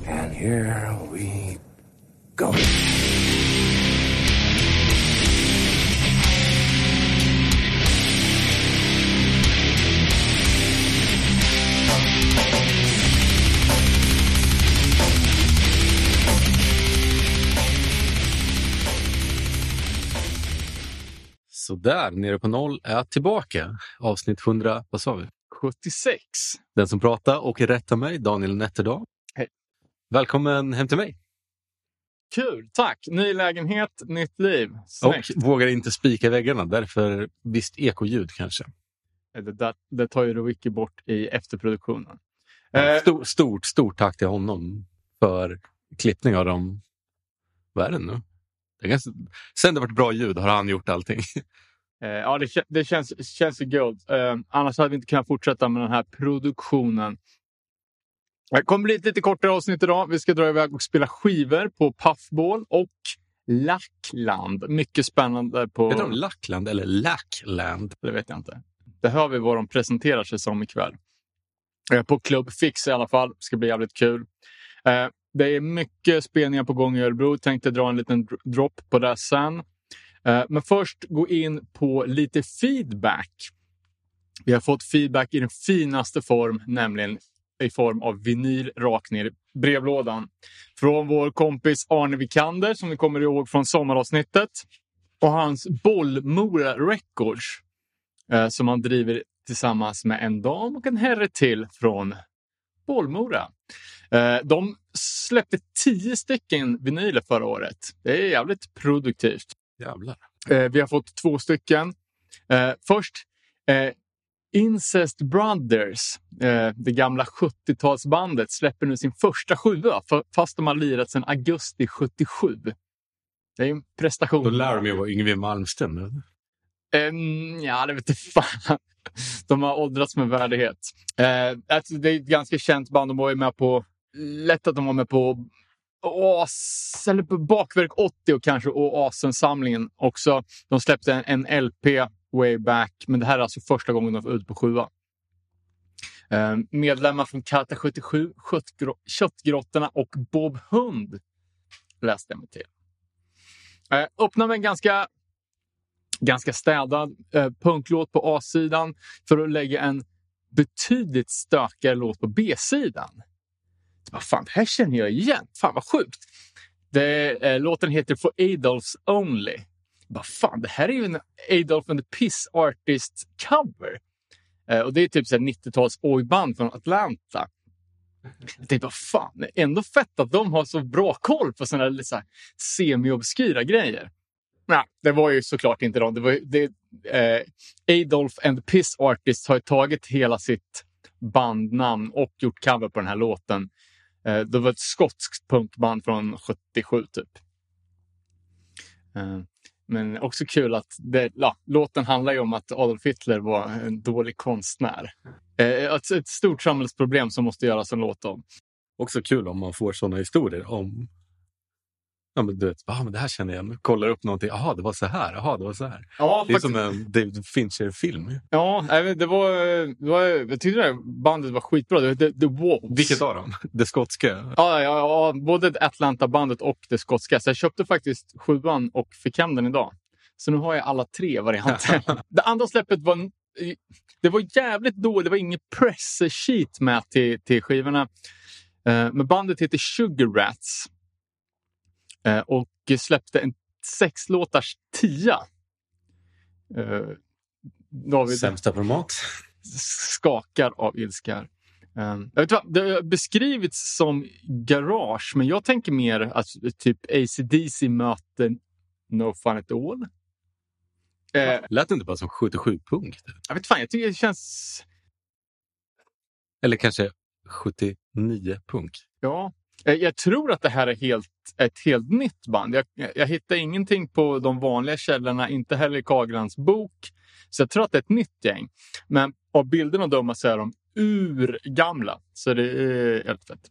And here we go. Så där, nere på noll är jag tillbaka. Avsnitt 100, vad sa vi? 76. Den som pratar och rättar mig, Daniel Nätterdal. Hej. Välkommen hem till mig. Kul, tack. Ny lägenhet, nytt liv. Snyggt. Och vågar inte spika väggarna, därför visst ekoljud kanske. Det tar ju Rowicki bort i efterproduktionen. Stort tack till honom för klippning av dem. Vad är det nu? Sen det varit bra ljud har han gjort allting. Ja, det känns ju guld. Annars hade vi inte kunnat fortsätta med den här produktionen. Det kommer bli ett lite kortare avsnitt idag. Vi ska dra iväg och spela skivor på Puffball och Lackland. Mycket spännande på... Heter de Lackland eller Lackland? Det vet jag inte. Det hör vi vad de presenterar sig som ikväll. På Club Fix i alla fall. Det ska bli jävligt kul. Det är mycket spelningar på gång i Örebro. Tänkte dra en liten drop på det sen. Men först gå in på lite feedback. Vi har fått feedback i den finaste form, nämligen i form av vinyl rakt ner i brevlådan. Från vår kompis Arne Vikander, som vi kommer ihåg från sommaravsnittet. Och hans Bollmora Records, som han driver tillsammans med en dam och en herre till från Bollmora. De släppte 10 stycken vinyler förra året. Det är jävligt produktivt. Jävlar. Vi har fått 2 stycken. Först Incest Brothers, det gamla 70-talsbandet, släpper nu sin första 7:a fast de har lirat sedan augusti 77. Det är en prestation. Då lär de ju vara Yngwie Malmsteen. Ja, det vet inte fan. De har åldrats med värdighet. Alltså, det är ett ganska känt band. De var ju med på... Lätt att de var med på eller på Bakverk 80 och kanske Oasen-samlingen också. De släppte en LP way back. Men det här är alltså första gången de var ute på 7:a. Medlemmar från Karta 77, Köttgrottorna och Bob Hund läste jag mig till. Öppnar med en ganska städad punklåt på A-sidan för att lägga en betydligt stökigare låt på B-sidan. Vad fan, det här känner jag igen. Fan vad sjukt. Låten heter For Adolfs Only. Vad fan, det här är ju en Adolf and the Piss Artist cover. Och det är typ så här 90-tals oj-band från Atlanta. Jag tänkte, vad fan, det är ändå fett att de har så bra koll på sådana här, så här semi-obskyra grejer. Nej, det var ju såklart inte de. Adolf and the Piss Artist har ju tagit hela sitt bandnamn och gjort cover på den här låten. Det var ett skotskt punkband från 77 typ. Men också kul att låten handlar ju om att Adolf Hitler var en dålig konstnär. Ett stort samhällsproblem som måste göras en låt om. Också kul om man får sådana historier om... Ja, men du vet, men det här känner jag igen. Kollar upp någonting. Jaha, det var så här. Jaha, det var så här. Ja, det är som en David Fincher-film. Ja, det var jag tyckte det bandet var skitbra. Det var The Wolves. Vilket av dem? Det skotska? Ja, både Atlanta-bandet och det skotska. Så jag köpte faktiskt 7:an och fick hem den idag. Så nu har jag alla 3 varianter. Det andra släppet var jävligt dåligt. Det var ingen press sheet med till skivorna. Men bandet heter Sugar Rats. Och släppte en 6-låtars 10. David sämsta format. skakar av ilskar. Jag vet vad, det har beskrivits som garage, men jag tänker mer att typ AC/DC möter No Fun At All. Lät inte bara som 77-punkt? Jag vet fan, jag tycker det känns... Eller kanske 79-punkt. Ja, jag tror att det här är ett helt nytt band. Jag hittar ingenting på de vanliga källorna, inte heller i Kagrans bok. Så jag tror att det är ett nytt gäng. Men av bilderna att döma så är de urgamla. Så det är helt fett.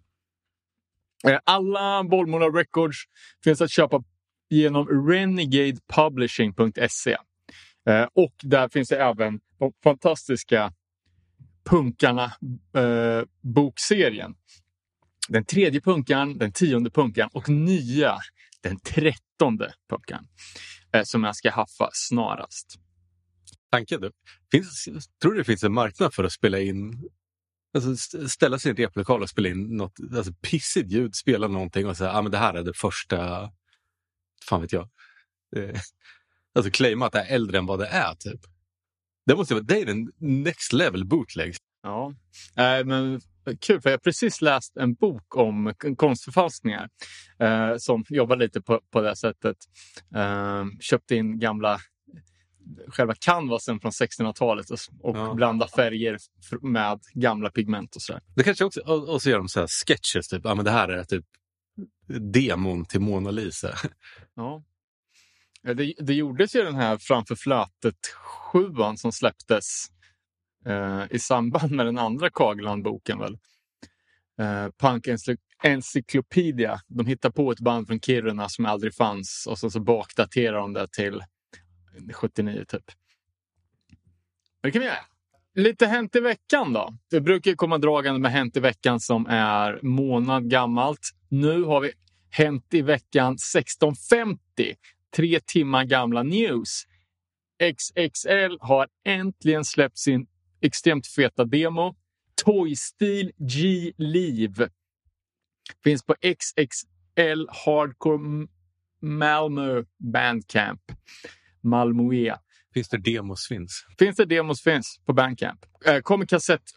Alla Bollmora Records finns att köpa genom renegadepublishing.se. Och där finns det även de fantastiska punkarna bokserien. den 3:e punkaren, den 10:e punkaren och nya, den 13:e punkaren. Som jag ska haffa snarast. Tanken du? Tror du det finns en marknad för att spela in, alltså ställa sig i en replokal och spela in något alltså pissigt ljud, spela någonting och säga men det här är det första, fan vet jag. Alltså claima att det är äldre än vad det är typ. Det är den next level bootleg. Ja, men kul för jag har precis läst en bok om konstförfalskningar som jobbar lite på det sättet. Köpte in själva canvasen från 1600-talet och blanda färger med gamla pigment och sådär. Det kanske också, och så gör de så här sketches typ, men det här är typ demon till Mona Lisa. Ja. Det gjordes ju den här Framför flötet 7 som släpptes i samband med den andra Kageland-boken väl. Punk Encyclopedia. De hittar på ett band från Kiruna som aldrig fanns och så bakdaterar de det till 79 typ. Det kan vi göra. Lite Hänt i veckan då. Det brukar komma dragande med Hänt i veckan som är månad gammalt. Nu har vi Hänt i veckan 1650. 3 timmar gamla news. XXL har äntligen släppt sin extremt feta demo. Toy Steel G-Live. Finns på XXL Hardcore Malmö Bandcamp. Malmöa. Finns det demos finns på Bandcamp. Kommer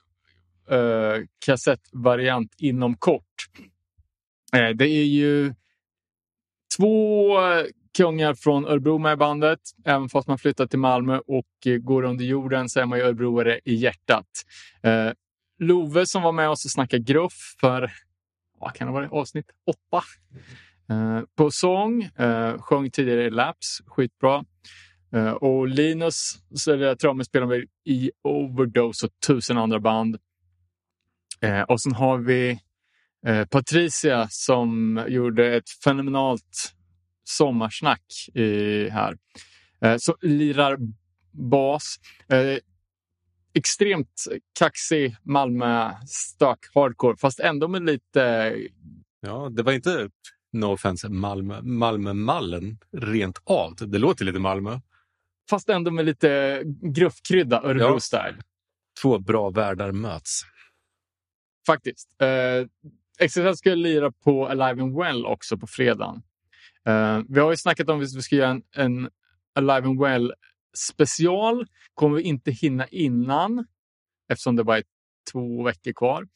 kassettvariant inom kort. Det är ju 2 kungar från Örebro med bandet. Även fast man flyttar till Malmö och går under jorden så är man ju örebroare i hjärtat. Love som var med oss och snackade gruff för vad kan det vara, avsnitt 8. På sång. Sjöng tidigare i Laps. Skitbra. Och Linus så är det trumspelare i Overdose och 1000 andra band. Och sen har vi Patricia som gjorde ett fenomenalt sommarsnack här. Så lirar bas. Extremt kaxig Malmö stök hardcore fast ändå med lite... Ja, det var inte no offense Malmö-mallen rent av. Det låter lite Malmö. Fast ändå med lite gruffkrydda Örebro-style. 2 bra världar möts. Faktiskt. XXL ska lira på Alive and Well också på fredagen. Vi har ju snackat om att vi ska göra en Alive and Well special. Kommer vi inte hinna innan. Eftersom det bara är 2 veckor kvar.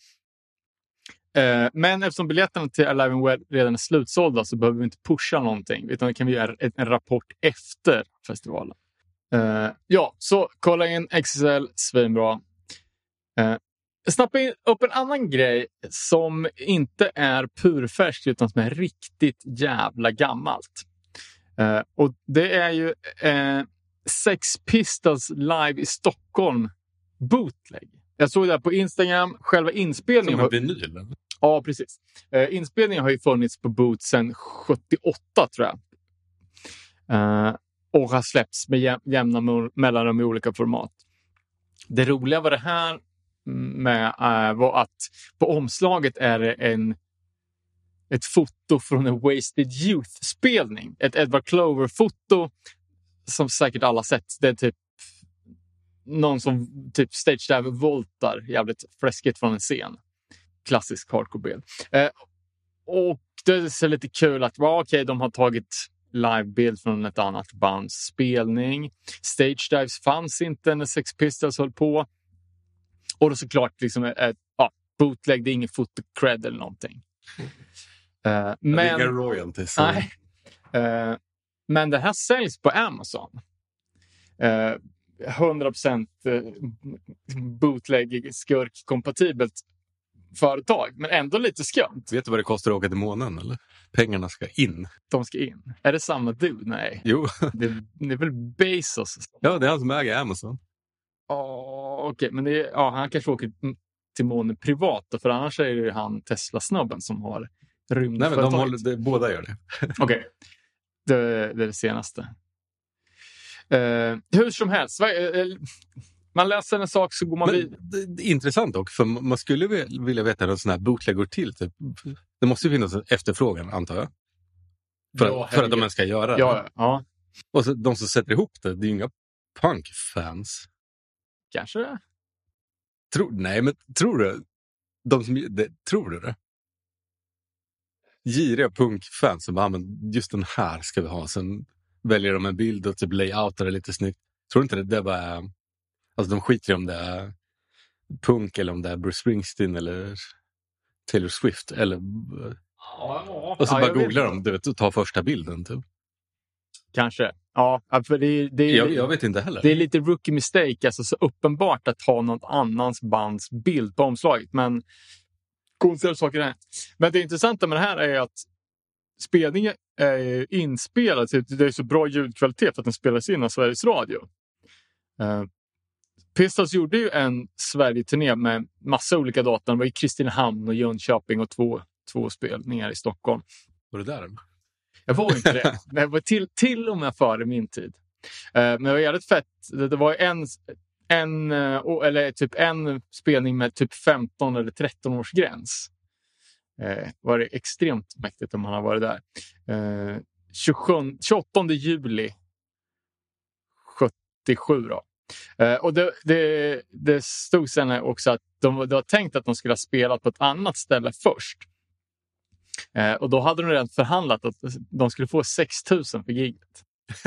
Men eftersom biljetterna till Alive and Well redan är slutsålda så behöver vi inte pusha någonting. Utan det kan vi göra en rapport efter festivalen. Så kolla in XXL, svinbra. Snappa upp en annan grej som inte är purfärsk utan som är riktigt jävla gammalt. Och det är ju Sex Pistols live i Stockholm bootleg. Jag såg det här på Instagram, själva inspelningen. Som en vinyl? Ja, precis. Inspelningen har ju funnits på boot sedan 78 tror jag. Och har släppts med jämna mellanrum i olika format. Det roliga var det här var att på omslaget är det ett foto från en Wasted Youth-spelning. Ett Edward Clover-foto som säkert alla sett. Det är typ någon som typ stage-dive voltar jävligt fläskigt från en scen. Klassisk hardcore-bild. Och det ser lite kul att de har tagit livebild från ett annat bands spelning. Stage-dives fanns inte när Sex Pistols höll på. Och då såklart liksom bootleg, det är ingen foto-cred eller någonting. Men inga royalties. Nej. Men det här säljs på Amazon. 100% bootleg skurk-kompatibelt företag. Men ändå lite skumt. Vet du vad det kostar att åka till månen eller? Pengarna ska in. De ska in. Är det samma dude? Nej. Jo. Det är väl Bezos? Ja, det är han som äger Amazon. Okej, men han kanske åker till månen privat då, för annars är det ju han Tesla-snubben som har rymdföretaget. Nej, men båda gör det. Okej. Det är det senaste. Hur som helst. Man läser en sak så går man vid. Det är intressant dock, för man skulle vilja veta hur en sån här bootleg går till. Typ. Det måste ju finnas en efterfrågan, antar jag. För att de ens ska göra det. Ja. Och så, de som sätter ihop det är ju inga punkfans. Kanske det. Nej, men tror du? Tror du det? Giriga punkfans som bara, men just den här ska vi ha. Sen väljer de en bild och typ layoutar det lite snyggt. Tror inte det bara... Alltså de skiter i om det är punk eller om det är Bruce Springsteen eller Taylor Swift. Eller... Och så bara googlar de, du vet, och tar första bilden typ. Kanske. Ja, för jag vet inte heller. Det är lite rookie mistake, alltså så uppenbart att ha något annans bands bild på omslaget. Men konstiga saker är. Men det intressanta med det här är att spelningen är inspelad. Det är så bra ljudkvalitet för att den spelas in av Sveriges Radio. Pistols gjorde ju en Sverige-turné med massa olika datan. Det var i Kristinehamn och Jönköping och två spelningar i Stockholm. Var det där? Jag var inte det. Det var till och med före min tid. Men det var jävligt fett. Det var en spelning med typ 15 eller 13 års gräns. Var det extremt mäktigt om man har varit där. 28 juli 77 då. Och det stod sen också att det var tänkt att de skulle ha spelat på ett annat ställe först. Och då hade de redan förhandlat att de skulle få 6 000 för giget.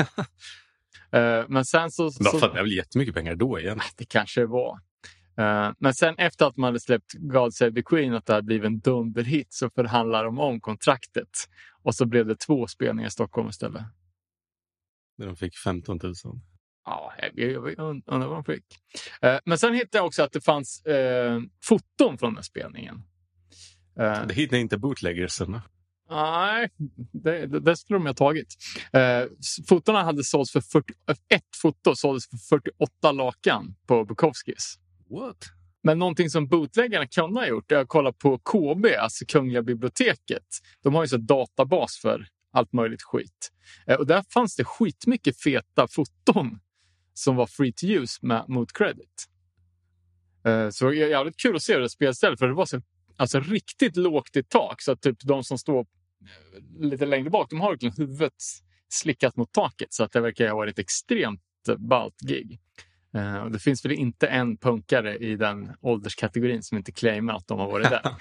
Men sen så... Det är väl jättemycket pengar då igen. Det kanske var. Men sen efter att man hade släppt God Save the Queen, att det hade blivit en dunderhit, så förhandlade de om kontraktet. Och så blev det 2 spelningar i Stockholm istället. Där de fick 15 000. Ja, jag undrar vad de fick. Men sen hittade jag också att det fanns foton från den spelningen. Det hittade inte bootleggersen. Nej, det skulle de ha tagit. Fotona hade sålts för ett foto såldes för 48 lakan på Bukowskis. What? Men någonting som bootleggarna kunde ha gjort är att kolla på KB, alltså Kungliga biblioteket. De har ju så databas för allt möjligt skit. Och där fanns det skitmycket feta foton som var free to use mot credit. Så det är jävligt kul att se det spelstället, för det var så alltså riktigt lågt i tak, så att typ de som står lite längre bak, de har verkligen huvudet slickat mot taket, så att det verkar ha varit ett extremt ballt gig. Och det finns väl inte en punkare i den ålderskategorin som inte claimar att de har varit där.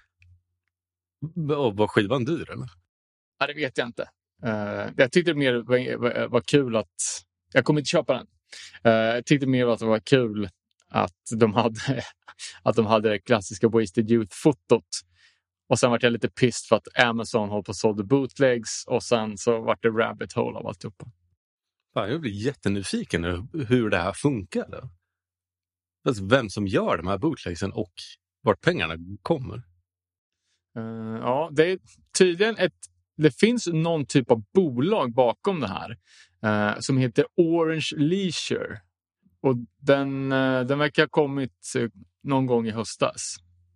Och var skivan dyr eller? Ja, det vet jag inte. Jag tyckte mer var kul att... Jag kommer inte köpa den. Jag tyckte mer att det var kul att de hade det klassiska Wasted Youth-fotot. Och sen var jag lite pissed för att Amazon håller på att sålde bootlegs. Och sen så var det rabbit hole av alltihopa. Fan, jag blir jättenyfiken hur det här funkar. Alltså, vem som gör de här bootlegsen och vart pengarna kommer. Ja, det är tydligen det finns någon typ av bolag bakom det här. Som heter Orange Leisure. Och den verkar ha kommit någon gång i höstas.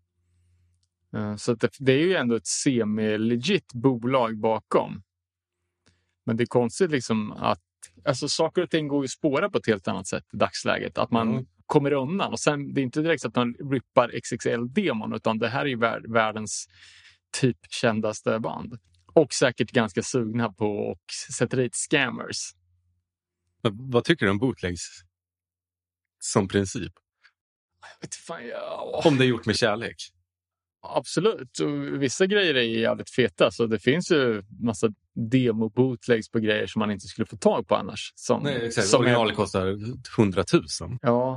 Så det är ju ändå ett semi-legit bolag bakom. Men det är konstigt liksom att alltså, saker och ting går ju spåra på ett helt annat sätt i dagsläget. Att man kommer undan. Och sen, det är inte direkt så att man rippar XXL-demon, utan det här är ju världens typ kändaste band. Och säkert ganska sugna på och sätter dit scammers. Men vad tycker du om bootlegs som princip? Jag vet fan, om det är gjort med kärlek? Absolut. Och vissa grejer är jävligt feta. Så det finns ju massa demo-bootlegs på grejer som man inte skulle få tag på annars. Nej, exakt. Originalet kostar 100 000. Ja.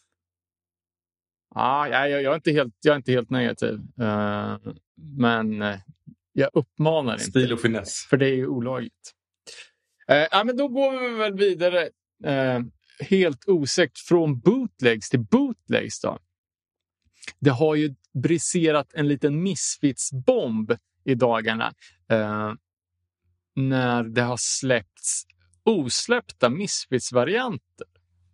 Jag är inte helt negativ. Men jag uppmanar inte. Stil och finess. För det är ju olagligt. Men då går vi väl vidare helt osökt från bootlegs till bootlegs då. Det har ju briserat en liten Misfits-bomb i dagarna när det har släppts osläppta Misfits-varianter.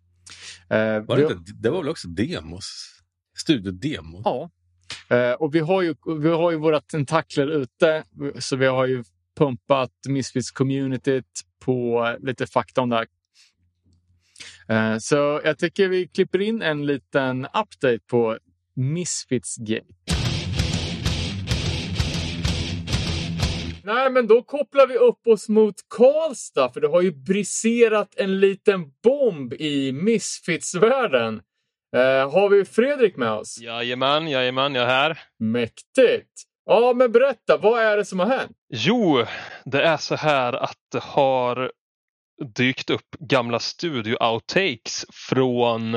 Det var väl också demos? Studiodemo? Ja. Och vi har ju våra tentakler ute, så vi har ju pumpat Misfits-communityt på lite fakta om det här. Så jag tycker vi klipper in en liten update på Misfits Gate. Nej, men då kopplar vi upp oss mot Karlstad, för det har ju briserat en liten bomb i Misfits-världen. Har vi Fredrik med oss? Jajamän, jag är här. Mäktigt! Ja, men berätta, vad är det som har hänt? Jo, det är så här att det har dykt upp gamla studio-outtakes från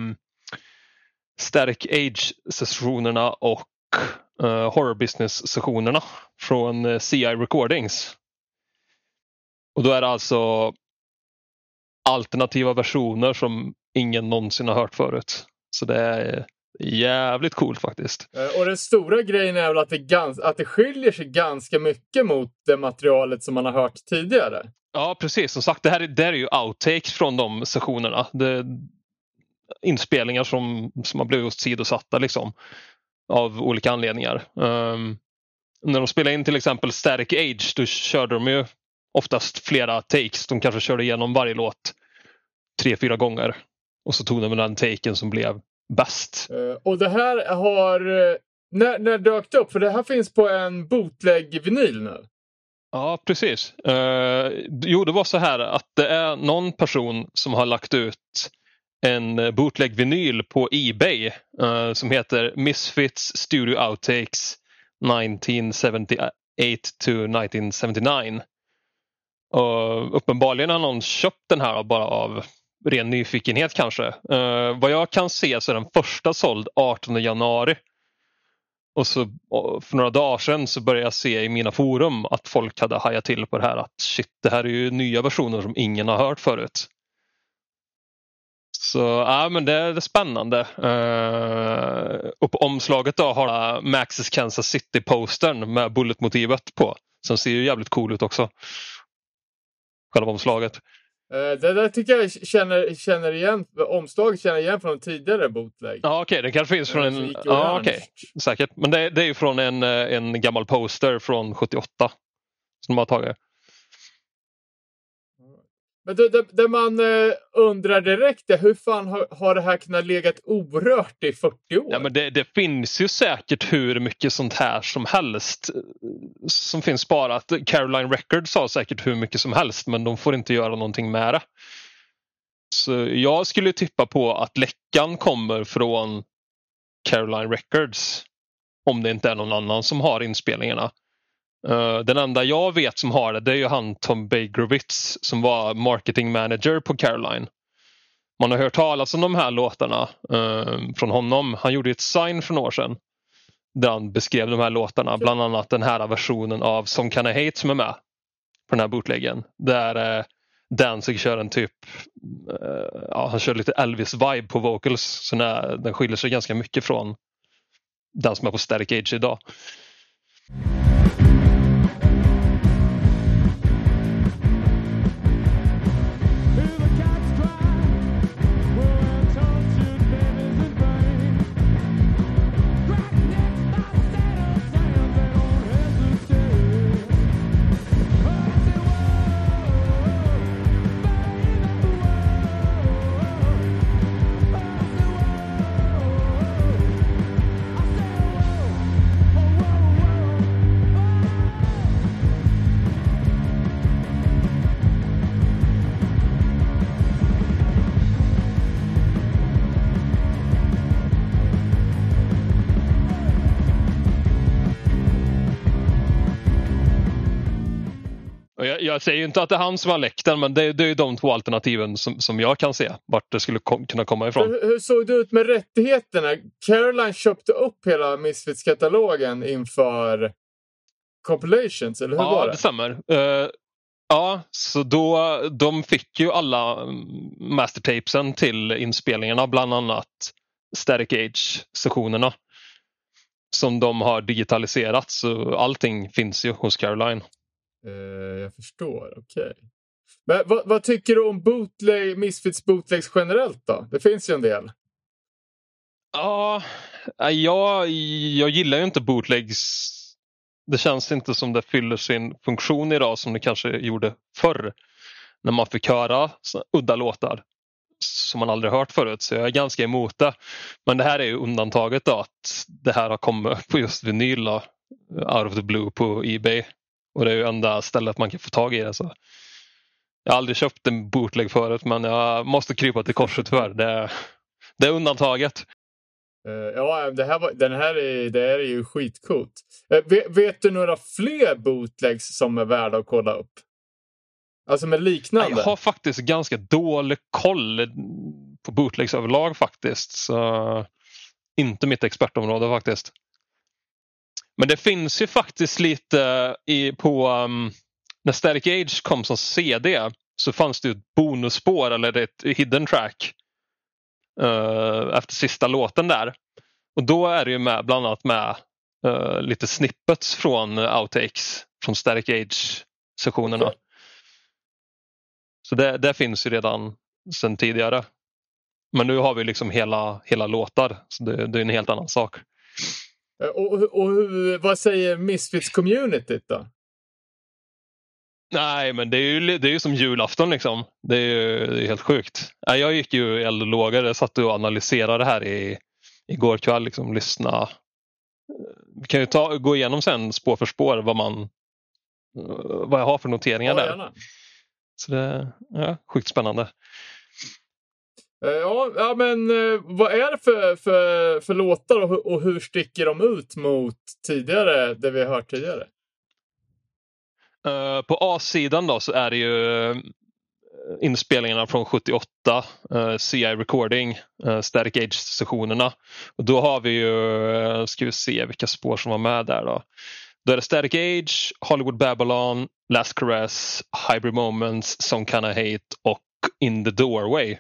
Static Age-sessionerna och Horror Business-sessionerna från CI Recordings. Och då är det alltså alternativa versioner som ingen någonsin har hört förut. Så det är jävligt coolt faktiskt. Och den stora grejen är väl att det skiljer sig ganska mycket mot det materialet som man har hört tidigare. Ja, precis. Som sagt, det är ju outtakes från de sessionerna. Det är inspelningar som har blivit sidosatta liksom, av olika anledningar. När de spelade in till exempel Static Age, då körde de ju oftast flera takes. De kanske körde igenom varje låt 3-4 gånger. Och så tog de den taken som blev bäst. Och det här har... När dök det upp? För det här finns på en bootleg-vinyl nu. Ja, precis. Jo, det var så här att det är någon person som har lagt ut en bootleg-vinyl på eBay som heter Misfits Studio Outtakes 1978 to 1979. Och uppenbarligen har någon köpt den här bara av ren nyfikenhet kanske. Vad jag kan se så är den första såld 18 januari. Och så för några dagar sedan så började jag se i mina forum att folk hade hajat till på det här. Att shit, det här är ju nya versioner som ingen har hört förut. Så ja, men det är spännande. Och på omslaget då har Max's Kansas City-postern med bulletmotivet på. Som ser ju jävligt cool ut också. Själva omslaget. Det där tycker jag känner igen. Omslaget känner igen från en tidigare bootleg. Ja, okej. Det kanske finns från en... Ja, okej. Säkert. Men det är ju från en gammal poster från 78. Som de har tagit. Men det man undrar direkt är hur fan har det här kunnat legat orört i 40 år? Ja, men det finns ju säkert hur mycket sånt här som helst som finns sparat. Caroline Records har säkert hur mycket som helst, men de får inte göra någonting med det. Så jag skulle tippa på att läckan kommer från Caroline Records om det inte är någon annan som har inspelningarna. Den enda jag vet som har det är ju han Tom Bagrovitz som var marketing manager på Caroline. Man har hört talas om de här låtarna från honom. Han gjorde ett sign för några år sedan där han beskrev de här låtarna. Bland annat den här versionen av Some Kinda Hate som är med på den här bootleggen. Där Danzig kör en typ han kör lite Elvis-vibe på vocals. Så den skiljer sig ganska mycket från den som är på Static Age idag. Jag säger ju inte att det är han som har läckt den, men det är ju de två alternativen som jag kan se vart det skulle kunna komma ifrån. Hur såg det ut med rättigheterna? Caroline köpte upp hela Misfits-katalogen inför compilations, eller hur var det? Ja, det stämmer. Så då de fick ju alla mastertapesen till inspelningarna, bland annat Static Age-sessionerna som de har digitaliserat, så allting finns ju hos Caroline. Jag förstår, okej. Men vad tycker du om Misfits bootlegs generellt då? Det finns ju en del. Ja, jag gillar ju inte bootlegs. Det känns inte som det fyller sin funktion idag som det kanske gjorde förr. När man fick höra udda låtar som man aldrig hört förut, så jag är ganska emot det. Men det här är ju undantaget då, att det här har kommit på just vinyl då, out of the blue på eBay. Och det är ju enda stället man kan få tag i det. Så. Jag har aldrig köpt en bootleg förut, men jag måste krypa till korset tyvärr. Det är undantaget. Ja, det här är ju skitcoolt. Vet du några fler bootlegs som är värda att kolla upp? Alltså med liknande? Jag har faktiskt ganska dålig koll på bootlegs överlag faktiskt. Så inte mitt expertområde faktiskt. Men det finns ju faktiskt lite när Static Age kom som CD så fanns det ju ett bonusspår eller ett hidden track efter sista låten där. Och då är det ju bland annat med lite snippets från outtakes från Static Age-sessionerna. Okay. Så det finns ju redan sedan tidigare. Men nu har vi liksom hela låtar, så det är en helt annan sak. Och vad säger Misfits-communityt då? Nej, men det är ju som julafton liksom. Det är helt sjukt. Jag gick ju eld och lågor. Jag satt och analyserade det här igår kväll. Liksom, lyssna. Vi kan ju gå igenom sen spår för spår vad jag har för noteringar där. Gärna. Så det är sjukt spännande. Ja, men vad är det för låtar och hur sticker de ut mot tidigare, det vi har hört tidigare? På A-sidan då så är det ju inspelningarna från 78, CI Recording, Static Age-sessionerna. Och då har vi ju, ska vi se vilka spår som var med där då. Då är det Static Age, Hollywood Babylon, Last Caress, Hybrid Moments, Some Kinda Hate och In the Doorway.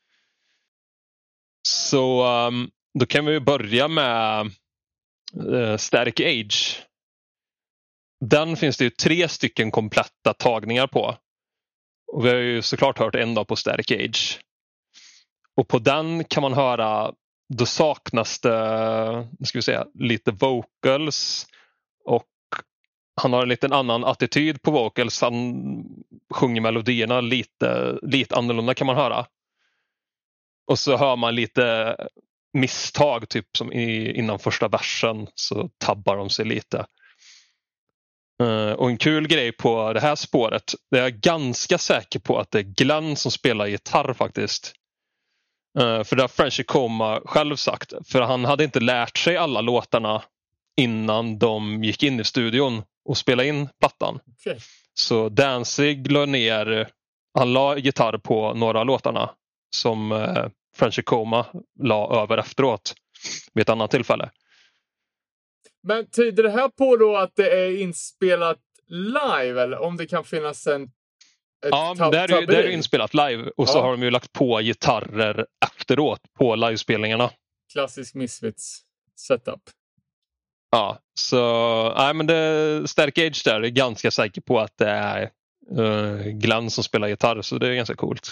Så då kan vi börja med Static Age. Den finns det ju 3 stycken kompletta tagningar på. Och vi har ju såklart hört en dag på Static Age. Och på den kan man höra, då saknas det, ska vi säga, lite vocals. Och han har en liten annan attityd på vocals. Han sjunger melodierna lite annorlunda kan man höra. Och så hör man lite misstag, typ som innan första versen så tabbar de sig lite. Och en kul grej på det här spåret, det är jag ganska säker på att det är Glenn som spelar gitarr faktiskt. För det har Frenchy Coma själv sagt. För han hade inte lärt sig alla låtarna innan de gick in i studion och spelade in plattan. Okay. Så Danzig han la gitarr på några av låtarna som Frenchy Coma la över efteråt vid ett annat tillfälle. Men tyder det här på då att det är inspelat live eller om det kan finnas ja, där är det inspelat live och så har de ju lagt på gitarrer efteråt på livespelningarna. Klassisk Misfits setup. Ja, så men det Static Age där är ganska säker på att det är Glenn som spelar gitarr, så det är ganska coolt.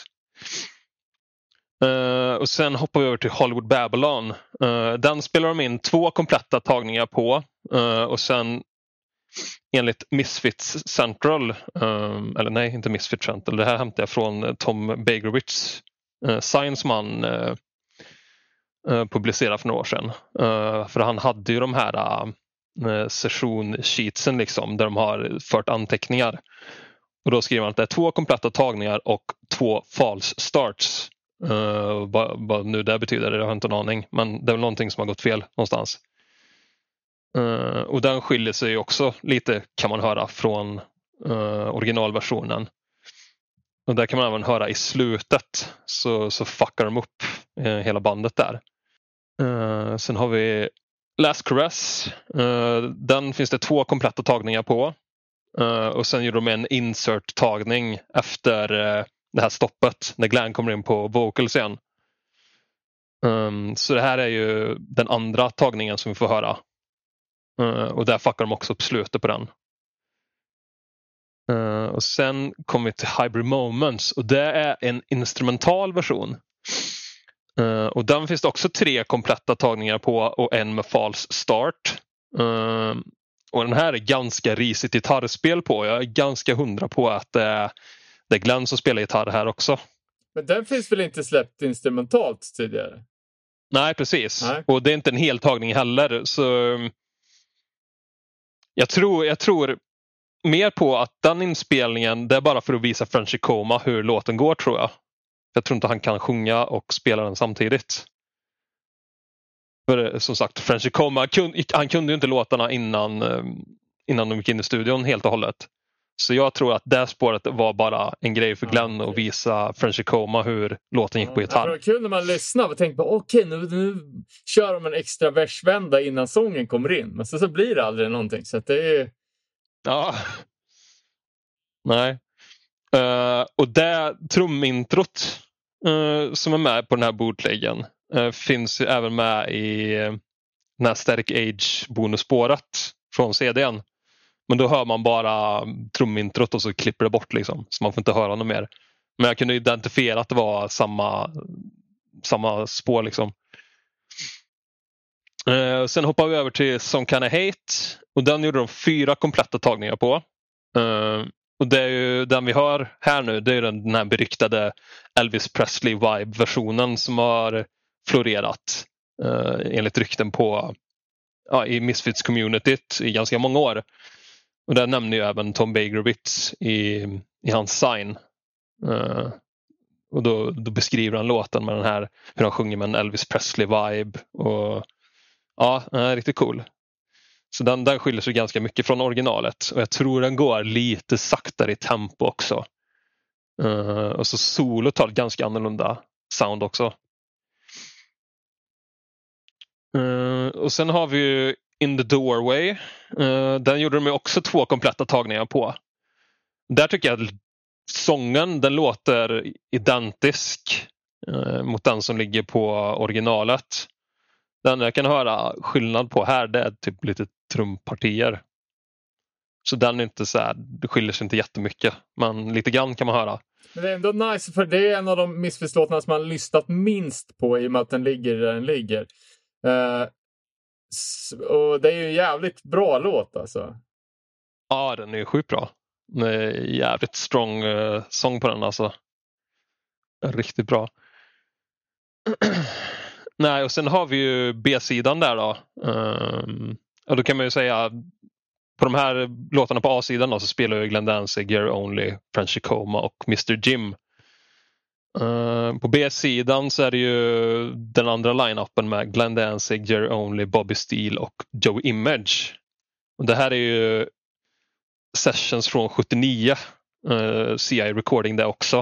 Och sen hoppar vi över till Hollywood Babylon. Den spelar de in 2 kompletta tagningar på. Och sen enligt Misfits Central, eller nej, inte Misfits Central, det här hämtar jag från Tom Bagerwitz sign som han publicerade för några år sedan. För han hade ju de här session-sheetsen liksom, där de har fört anteckningar. Och då skriver man att det är 2 kompletta tagningar och 2 false starts. Vad nu det betyder, det har jag inte en aning. Men det är väl någonting som har gått fel någonstans. Och den skiljer sig också lite, kan man höra, från originalversionen. Och där kan man även höra i slutet så fuckar de upp hela bandet där. Sen har vi Last Caress. Den finns det 2 kompletta tagningar på. Och sen gjorde de en insert-tagning efter det här stoppet när Glenn kommer in på vocals igen. Så det här är ju den andra tagningen som vi får höra. Och där fuckar de också upp slutet på den. Och sen kommer vi till Hybrid Moments. Och det är en instrumental version. Och den finns det också 3 kompletta tagningar på och en med false start. Och den här är ganska risigt gitarrspel på. Jag är ganska 100 på att det är Glenn som spelar gitarr här också. Men den finns väl inte släppt instrumentalt tidigare? Nej, precis. Nej. Och det är inte en hel tagning heller. Så jag tror mer på att den inspelningen, det är bara för att visa Frenchy Coma hur låten går, tror jag. Jag tror inte han kan sjunga och spela den samtidigt. För som sagt, Frenchy Coma, han kunde ju inte låtarna innan de gick in i studion helt och hållet. Så jag tror att det spåret var bara en grej för Glenn att visa Frenchy Coma hur låten gick på gitarr. Det var kul när man lyssnar och tänkte på okej, nu kör de en extra versvända innan sången kommer in. Men så blir det aldrig någonting. Så att det är... Ja. Nej. Och det trumintrot som är med på den här bootleggen finns ju även med i den här Static Age bonusspåret från CD:n. Men då hör man bara trumintrot och så klipper det bort liksom. Så man får inte höra något mer. Men jag kunde identifiera att det var samma spår liksom. Sen hoppar vi över till Some Kinda Hate. Och den gjorde de 4 kompletta tagningar på. Och det är ju den vi hör här nu. Det är den här beryktade Elvis Presley vibe-versionen som har florerat enligt rykten på i Misfits-communityt i ganska många år. Och där nämner ju även Tom Bagerovitz i hans sign. Och då beskriver han låten med den här, hur han sjunger med en Elvis Presley-vibe. Och ja, riktigt cool. Så den skiljer sig ganska mycket från originalet. Och jag tror den går lite saktare i tempo också. Och så solo tar ett ganska annorlunda sound också. Och sen har vi ju In the Doorway. Den gjorde de ju också 2 kompletta tagningar på. Där tycker jag att sången, den låter identisk mot den som ligger på originalet. Den jag kan höra skillnad på här, det är typ lite trumpartier. Så den är inte så här, det skiljer sig inte jättemycket. Men lite grann kan man höra. Men det är ändå nice, för det är en av de Misfits-låtarna som man har lyssnat minst på i och med att den ligger där den ligger. Och det är ju en jävligt bra låt alltså. Ja, den är ju sjukt bra. Det är jävligt strong sång på den alltså. Riktigt bra. Nej, och sen har vi ju B-sidan där då. Och då kan man ju säga på de här låtarna på A-sidan då, så spelar ju Glenn Danzig, Gary Only, Frenchy Coma och Mr. Jim. På B-sidan så är det ju den andra line-upen med Glenn Danzig, Jerry Only, Bobby Steele och Joey Image. Och det här är ju sessions från 79. CI recording det också.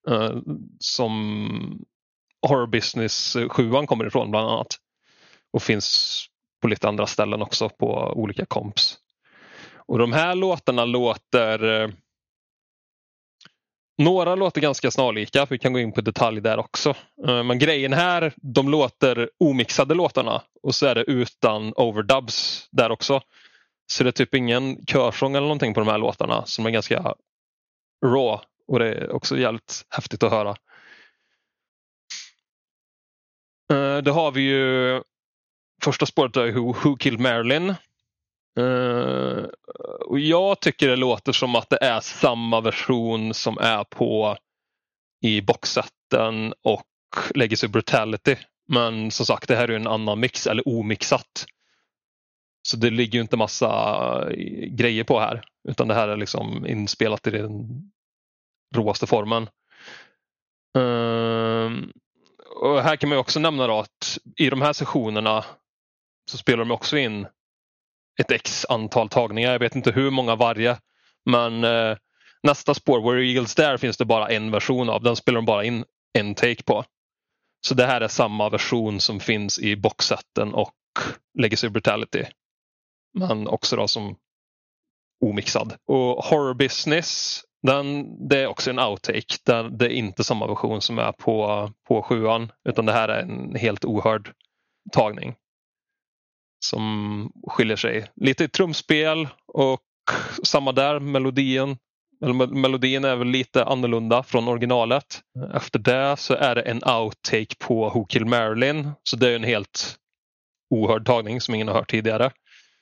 Som Horror Business 7 kommer ifrån bland annat. Och finns på lite andra ställen också på olika komps. Och de här låtarna låter... Några låter ganska snarlika, vi kan gå in på detalj där också. Men grejen här, de låter omixade låtarna och så är det utan overdubs där också. Så det är typ ingen körsång eller någonting på de här låtarna som är ganska raw. Och det är också jävligt häftigt att höra. Då har vi ju första spåret är Who Killed Marilyn. Och jag tycker det låter som att det är samma version som är på i boxsetten och Legacy Brutality. Men som sagt, det här är en annan mix eller omixat. Så det ligger ju inte massa grejer på här. Utan det här är liksom inspelat i den råaste formen. Och här kan man ju också nämna då att i de här sessionerna så spelar de också in ett x antal tagningar. Jag vet inte hur många varje. Men nästa spår, Where Eagles There, finns det bara en version av. Den spelar de bara in en take på. Så det här är samma version som finns i boxsetten och Legacy Brutality. Men också då som omixad. Och Horror Business, det är också en outtake. Det är inte samma version som är på 7:an. Utan det här är en helt ohörd tagning. Som skiljer sig lite i trumspel och samma där, melodin är väl lite annorlunda från originalet. Efter det så är det en outtake på Who Killed Marilyn, så det är en helt ohörd tagning som ingen har hört tidigare.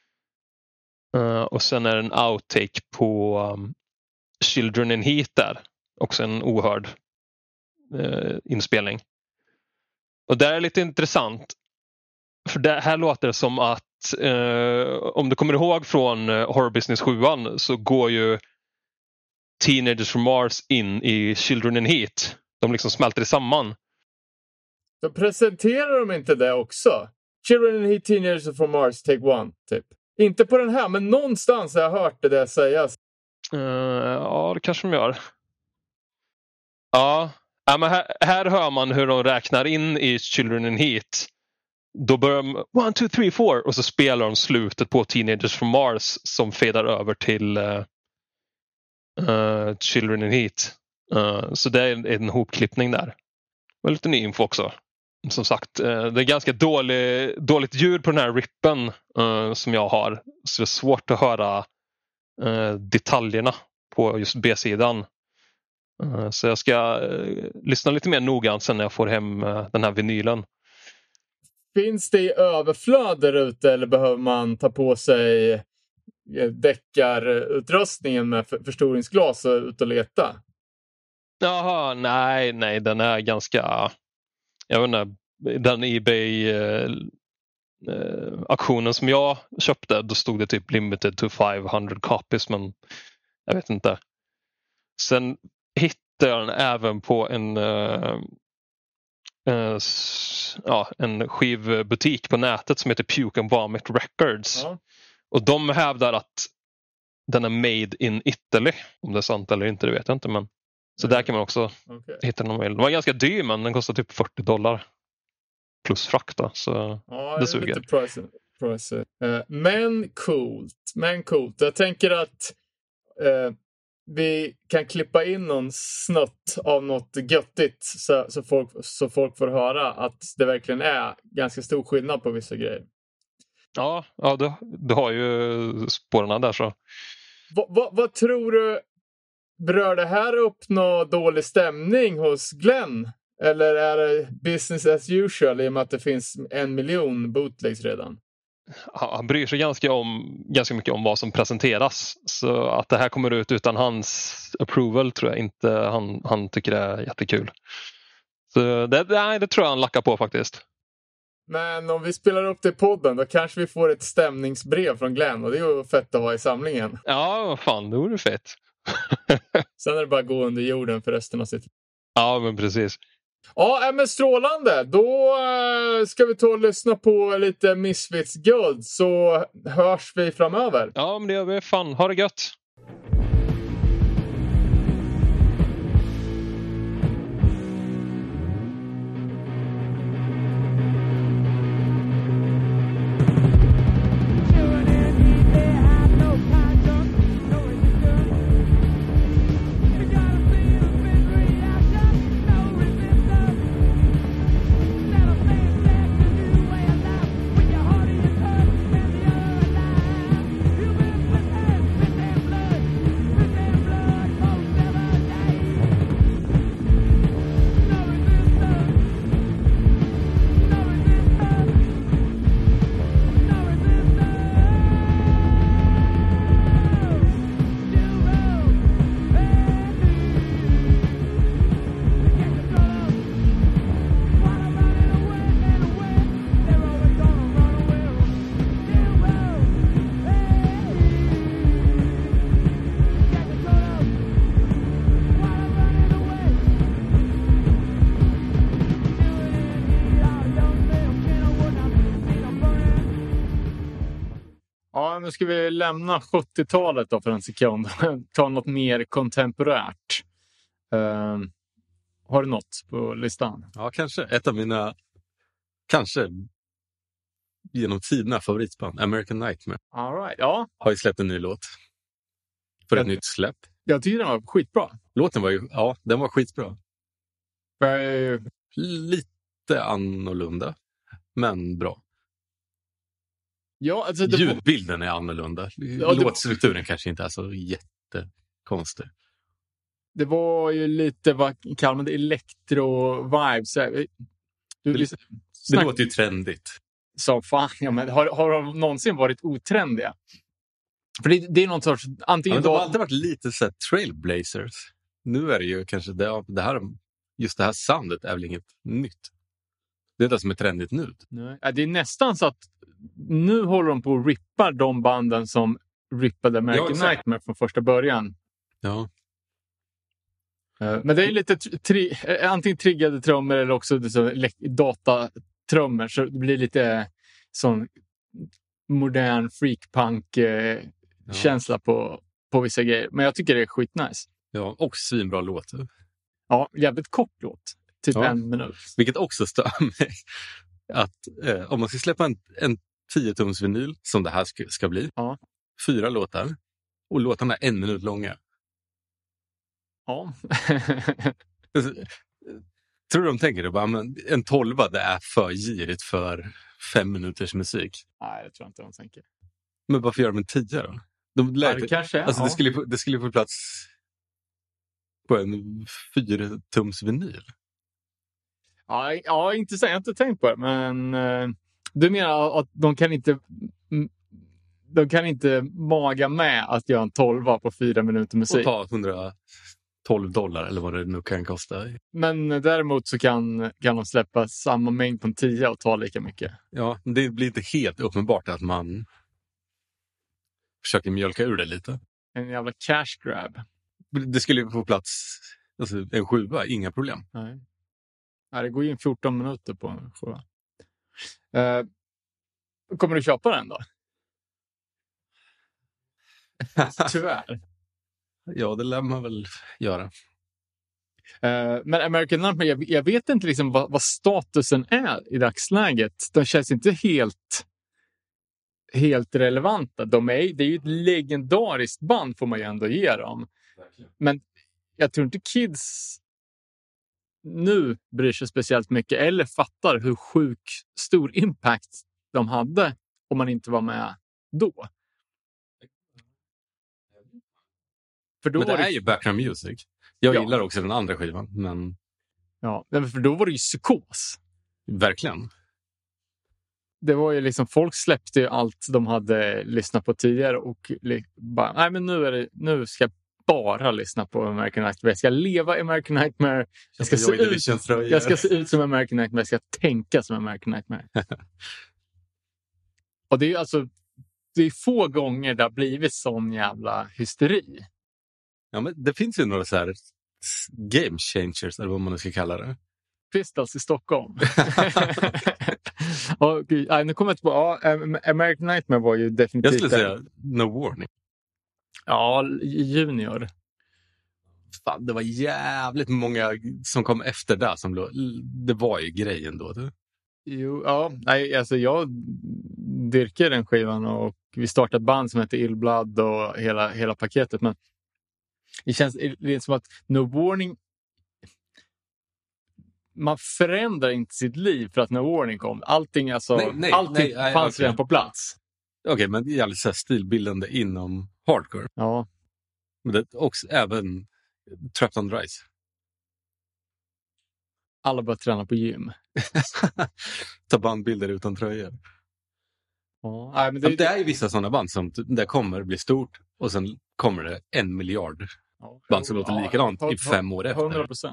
Och sen är det en outtake på Children in Heat där, också en ohörd inspelning. Och det är lite intressant. För det här låter det som att om du kommer ihåg från Horror Business 7 så går ju Teenagers from Mars in i Children in Heat. De liksom smälter samman. Så presenterar de inte det också? Children in Heat, Teenagers from Mars, Take One, typ. Inte på den här, men någonstans har jag hört det där sägas. Ja, det kanske de gör. Ja, men här hör man hur de räknar in i Children in Heat. Då börjar de 1, 2, 3, 4 och så spelar de slutet på Teenagers from Mars som fedar över till Children in Heat. Så det är en hopklippning där. Och lite ny info också. Som sagt, det är ganska dåligt ljud på den här rippen som jag har. Så det är svårt att höra detaljerna på just B-sidan. Så jag ska lyssna lite mer noggrant sen när jag får hem den här vinylen. Finns det i överflöd där ute eller behöver man ta på sig deckarutrustningen med förstoringsglas och ut och leta? Jaha, nej, den är ganska... Jag vet inte, den eBay-auktionen som jag köpte, då stod det typ limited to 500 copies, men jag vet inte. Sen hittade jag den även på en skivbutik på nätet som heter Puke and Vomit Records. Ja. Och de hävdar att den är made in Italy. Om det är sant eller inte, det vet jag inte. Men så där kan man också hitta någon mail. Den var ganska dyr, men den kostar typ $40 plus frakt då, så det suger. Lite price. Men coolt. Jag tänker att vi kan klippa in någon snutt av något göttigt så folk får höra att det verkligen är ganska stor skillnad på vissa grejer. Ja, du har ju spåren där så. Vad tror du, berör det här upp någon dålig stämning hos Glenn? Eller är det business as usual i och med att det finns 1 miljon bootlegs redan? Han bryr sig ganska mycket om vad som presenteras. Så att det här kommer ut utan hans approval tror jag inte han tycker det är jättekul. Så det tror jag han lackar på faktiskt. Men om vi spelar upp det i podden, då kanske vi får ett stämningsbrev från Glenn. Och det är ju fett att ha i samlingen. Ja, fan, det vore fett. Sen är det bara att gå under jorden för resten av sitt. Ja, men precis. Ja, men strålande. Då ska vi ta och lyssna på lite Misfits guld, så hörs vi framöver. Ja, men det gör vi. Fan, ha det gött. Ja, nu ska vi lämna 70-talet då för en sekund. Ta något mer kontemporärt. Har du något på listan? Ja, kanske. Ett av mina, genom tiderna favoritband, American Nightmare. All right, ja. Har ju släppt en ny låt. För ett nytt släpp. Jag tycker den var skitbra. Låten var den var skitbra. Lite annorlunda, men bra. Ja, alltså ljudbilden är annorlunda. Låtstrukturen kanske inte är så jättekonstig. Det var ju lite, vad kallar man det, elektro-vibes. Det låter ju trendigt. Så fan, ja, men har de någonsin varit otrendiga? För det är någon sorts... Antingen de har alltid varit lite så här trailblazers. Nu är det ju kanske det här just det här soundet är väl inget nytt. Det är det som är trendigt nu. Nej. Det är nästan så att nu håller de på att rippa de banden som rippade American Nightmare från första början. Ja. Men det är lite antingen triggade trummor eller också datatrummor, så det blir lite sån modern freakpunk-känsla på vissa grejer. Men jag tycker det är skitnice. Ja, och svinbra låt. Ja, jävligt kort låt. Typ 1 minut. Vilket också stör mig. Att om man ska släppa en 10-tums vinyl, som det här ska bli. Ja. 4 låtar. Och låtarna är 1 minut långa. Ja. Tror du de tänker det? Bara, men en 12 det är för girigt för 5 minuters musik. Nej, det tror jag inte de tänker. Men varför gör de en 10 då? Det kanske är. Alltså, det skulle få plats på en 4-tums vinyl. Ja, intressant. Jag har inte tänkt på det. Men du menar att de kan inte maga med att göra en 12 på 4 minuter musik? Och ta $112 eller vad det nu kan kosta. Men däremot så kan de släppa samma mängd på en 10 och ta lika mycket. Ja, det blir inte helt uppenbart att man försöker mjölka ur det lite. En jävla cash grab. Det skulle ju få plats, alltså en 7, inga problem. Nej. Ja, det går in 14 minuter på en 7. Kommer du köpa den då? Tyvärr. Ja, det lär man väl göra. Men American Nightmare, jag vet inte liksom vad statusen är i dagsläget. De känns inte helt relevanta. Det är ju ett legendariskt band, får man ju ändå ge dem. Verkligen. Men jag tror inte kids nu bryr sig speciellt mycket eller fattar hur stor impact de hade om man inte var med då. För då men det är ju background music. Jag gillar också den andra skivan. Men... Ja, för då var det ju psykos. Verkligen. Det var ju liksom, folk släppte ju allt de hade lyssnat på tidigare och bara, nej men nu ska jag bara lyssna på American Nightmare. Jag ska leva American Nightmare. Jag ska se ut som American Nightmare. Jag ska tänka som American Nightmare. Och det är ju alltså, det är få gånger det har blivit sån jävla hysteri. Ja, men det finns ju några så här game changers, eller vad man ska kalla det. Pistols i Stockholm. Och, nu kommer jag på, American Nightmare var ju definitivt... Jag skulle säga No Warning. Ja, Junior. Fan, det var jävligt många som kom efter där. Det var ju grejen då. Jo, ja. Nej, alltså jag dyrkar den skivan och vi startade ett band som heter Illblood och hela paketet. Men det känns lite som att No Warning... Man förändrar inte sitt liv för att No Warning kom. Allting fanns redan på plats. Okej, men det är jävligt så här stilbildande inom hardcore. Ja. Men det också även Trapped on Rise. Alla börjar träna på gym. Ta bandbilder utan tröjor. Ja. Nej, men det är ju vissa sådana band som det kommer bli stort och sen kommer det 1 miljard band som låter likadant i 5 år efter. 100%.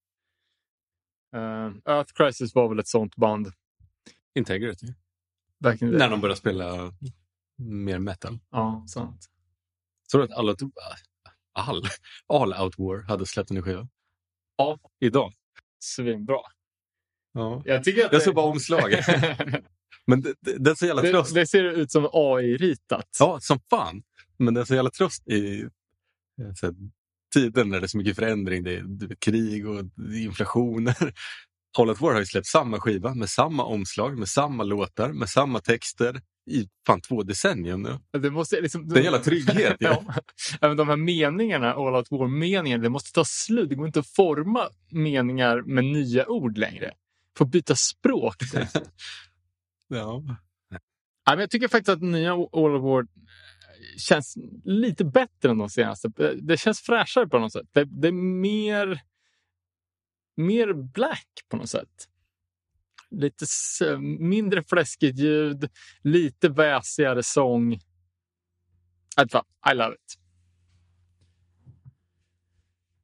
Earth Crisis var väl ett sånt band. Integrity. När de började spela mer metal. Ja, sant. Så du att All Out War hade släppt en skiva? Ja. Idag? Svinbra. Ja. Jag såg bara omslaget. Men det är så jävla tröst. Det ser ut som AI-ritat. Ja, som fan. Men det är så jävla tröst i tiden när det är så mycket förändring. Det är krig och inflationer. All Out War har ju släppt samma skiva med samma omslag, med samma låtar, med samma texter i 2 decennier nu. Det måste liksom... Det är en jävla trygghet. Ja. Även de här meningarna, All Out War-meningarna, det måste ta slut. Det går inte att forma meningar med nya ord längre. Får byta språk. Ja. Men jag tycker faktiskt att nya All Out War känns lite bättre än de senaste. Det känns fräschare på något sätt. Det är mer black på något sätt. Lite mindre fläskigt ljud, lite väsigare sång. I love it.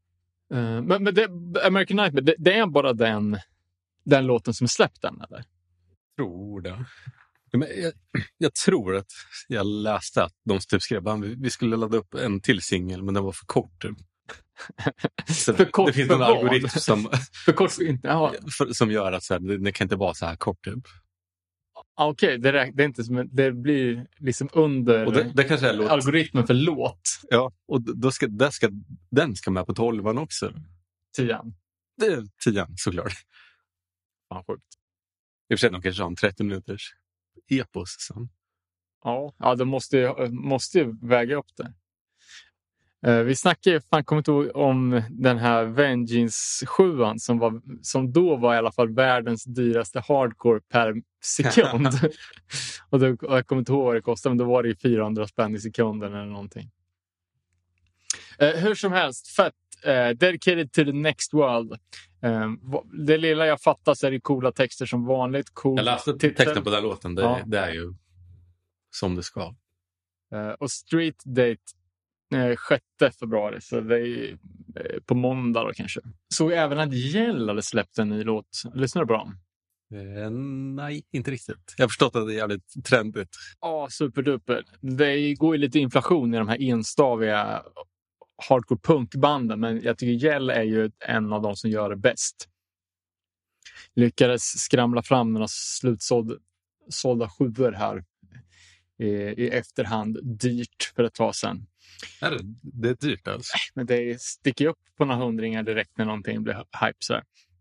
Men det, American Nightmare, det är bara den låten som är släppt än, eller? Tror det. Men jag tror att jag läste att de typ skrev att vi skulle ladda upp en till singel, men den var för kort. Typ. För kort det finns för en vad? algoritm För kort för inte, ja. som gör att så här, det kan inte vara så här kort. Typ. Okej, det är inte som det blir liksom under Och det kanske är låt. algoritmen för låt. Ja, och då den ska med på 12:an också. 10:an. Det är 10:an såklart. Fan sjukt. I och för sig de kanske har en 30 minuters epos sen. Ja, de måste ju väga upp det. Vi snackade ju, kommer inte ihåg om den här Vengeance 7:an som då var i alla fall världens dyraste hardcore per sekund. Och jag kommer inte ihåg vad det kostade, men då var det ju 400 spänn i sekunden eller någonting. Hur som helst, fett. Dedicated to the next world. Det lilla jag fattar så är det coola texter som vanligt. Cool jag läste texten på den låten. Det är ju som det ska. Och Street Date 6 februari, så det är på måndag då kanske. Så även att Gäll hade släppt en ny låt. Lyssnar du på dem? Nej, inte riktigt. Jag har förstått att det är jävligt trendigt. Ja, superduper. Det går ju lite inflation i de här enstaviga hardcore punkbanden, men jag tycker Gäll är ju en av de som gör det bäst. Lyckades skramla fram några slutsålda 7:or här i efterhand. Dyrt för ett tag sedan. Det är dyrt alltså. Men det sticker upp på några hundringar direkt när någonting blir hype så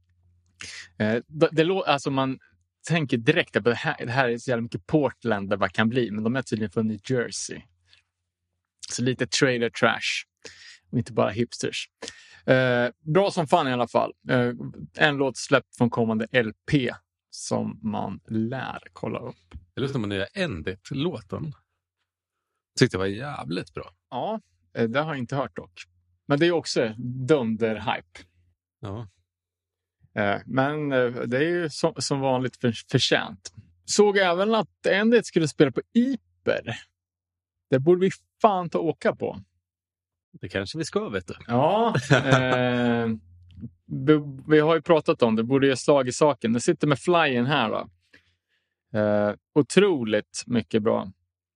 här. Alltså man tänker direkt att det här är så jävla mycket Portland det bara kan bli, men de är tydligen från New Jersey. Så lite trailer trash och inte bara hipsters. Bra som fan i alla fall. En låt släppt från kommande LP som man lär kolla upp. Jag lyssnade på nya Endit-låten. Tyckte det var jävligt bra. Ja, det har jag inte hört dock. Men det är också dunder-hype. Ja. Men det är ju som vanligt förtjänt. Såg även att Endit skulle spela på Iper. Det borde vi fan ta åka på. Det kanske vi ska, vet du. Ja, vi har ju pratat om det. Borde ge slag i saken. Det sitter med flyen här då. Otroligt mycket bra.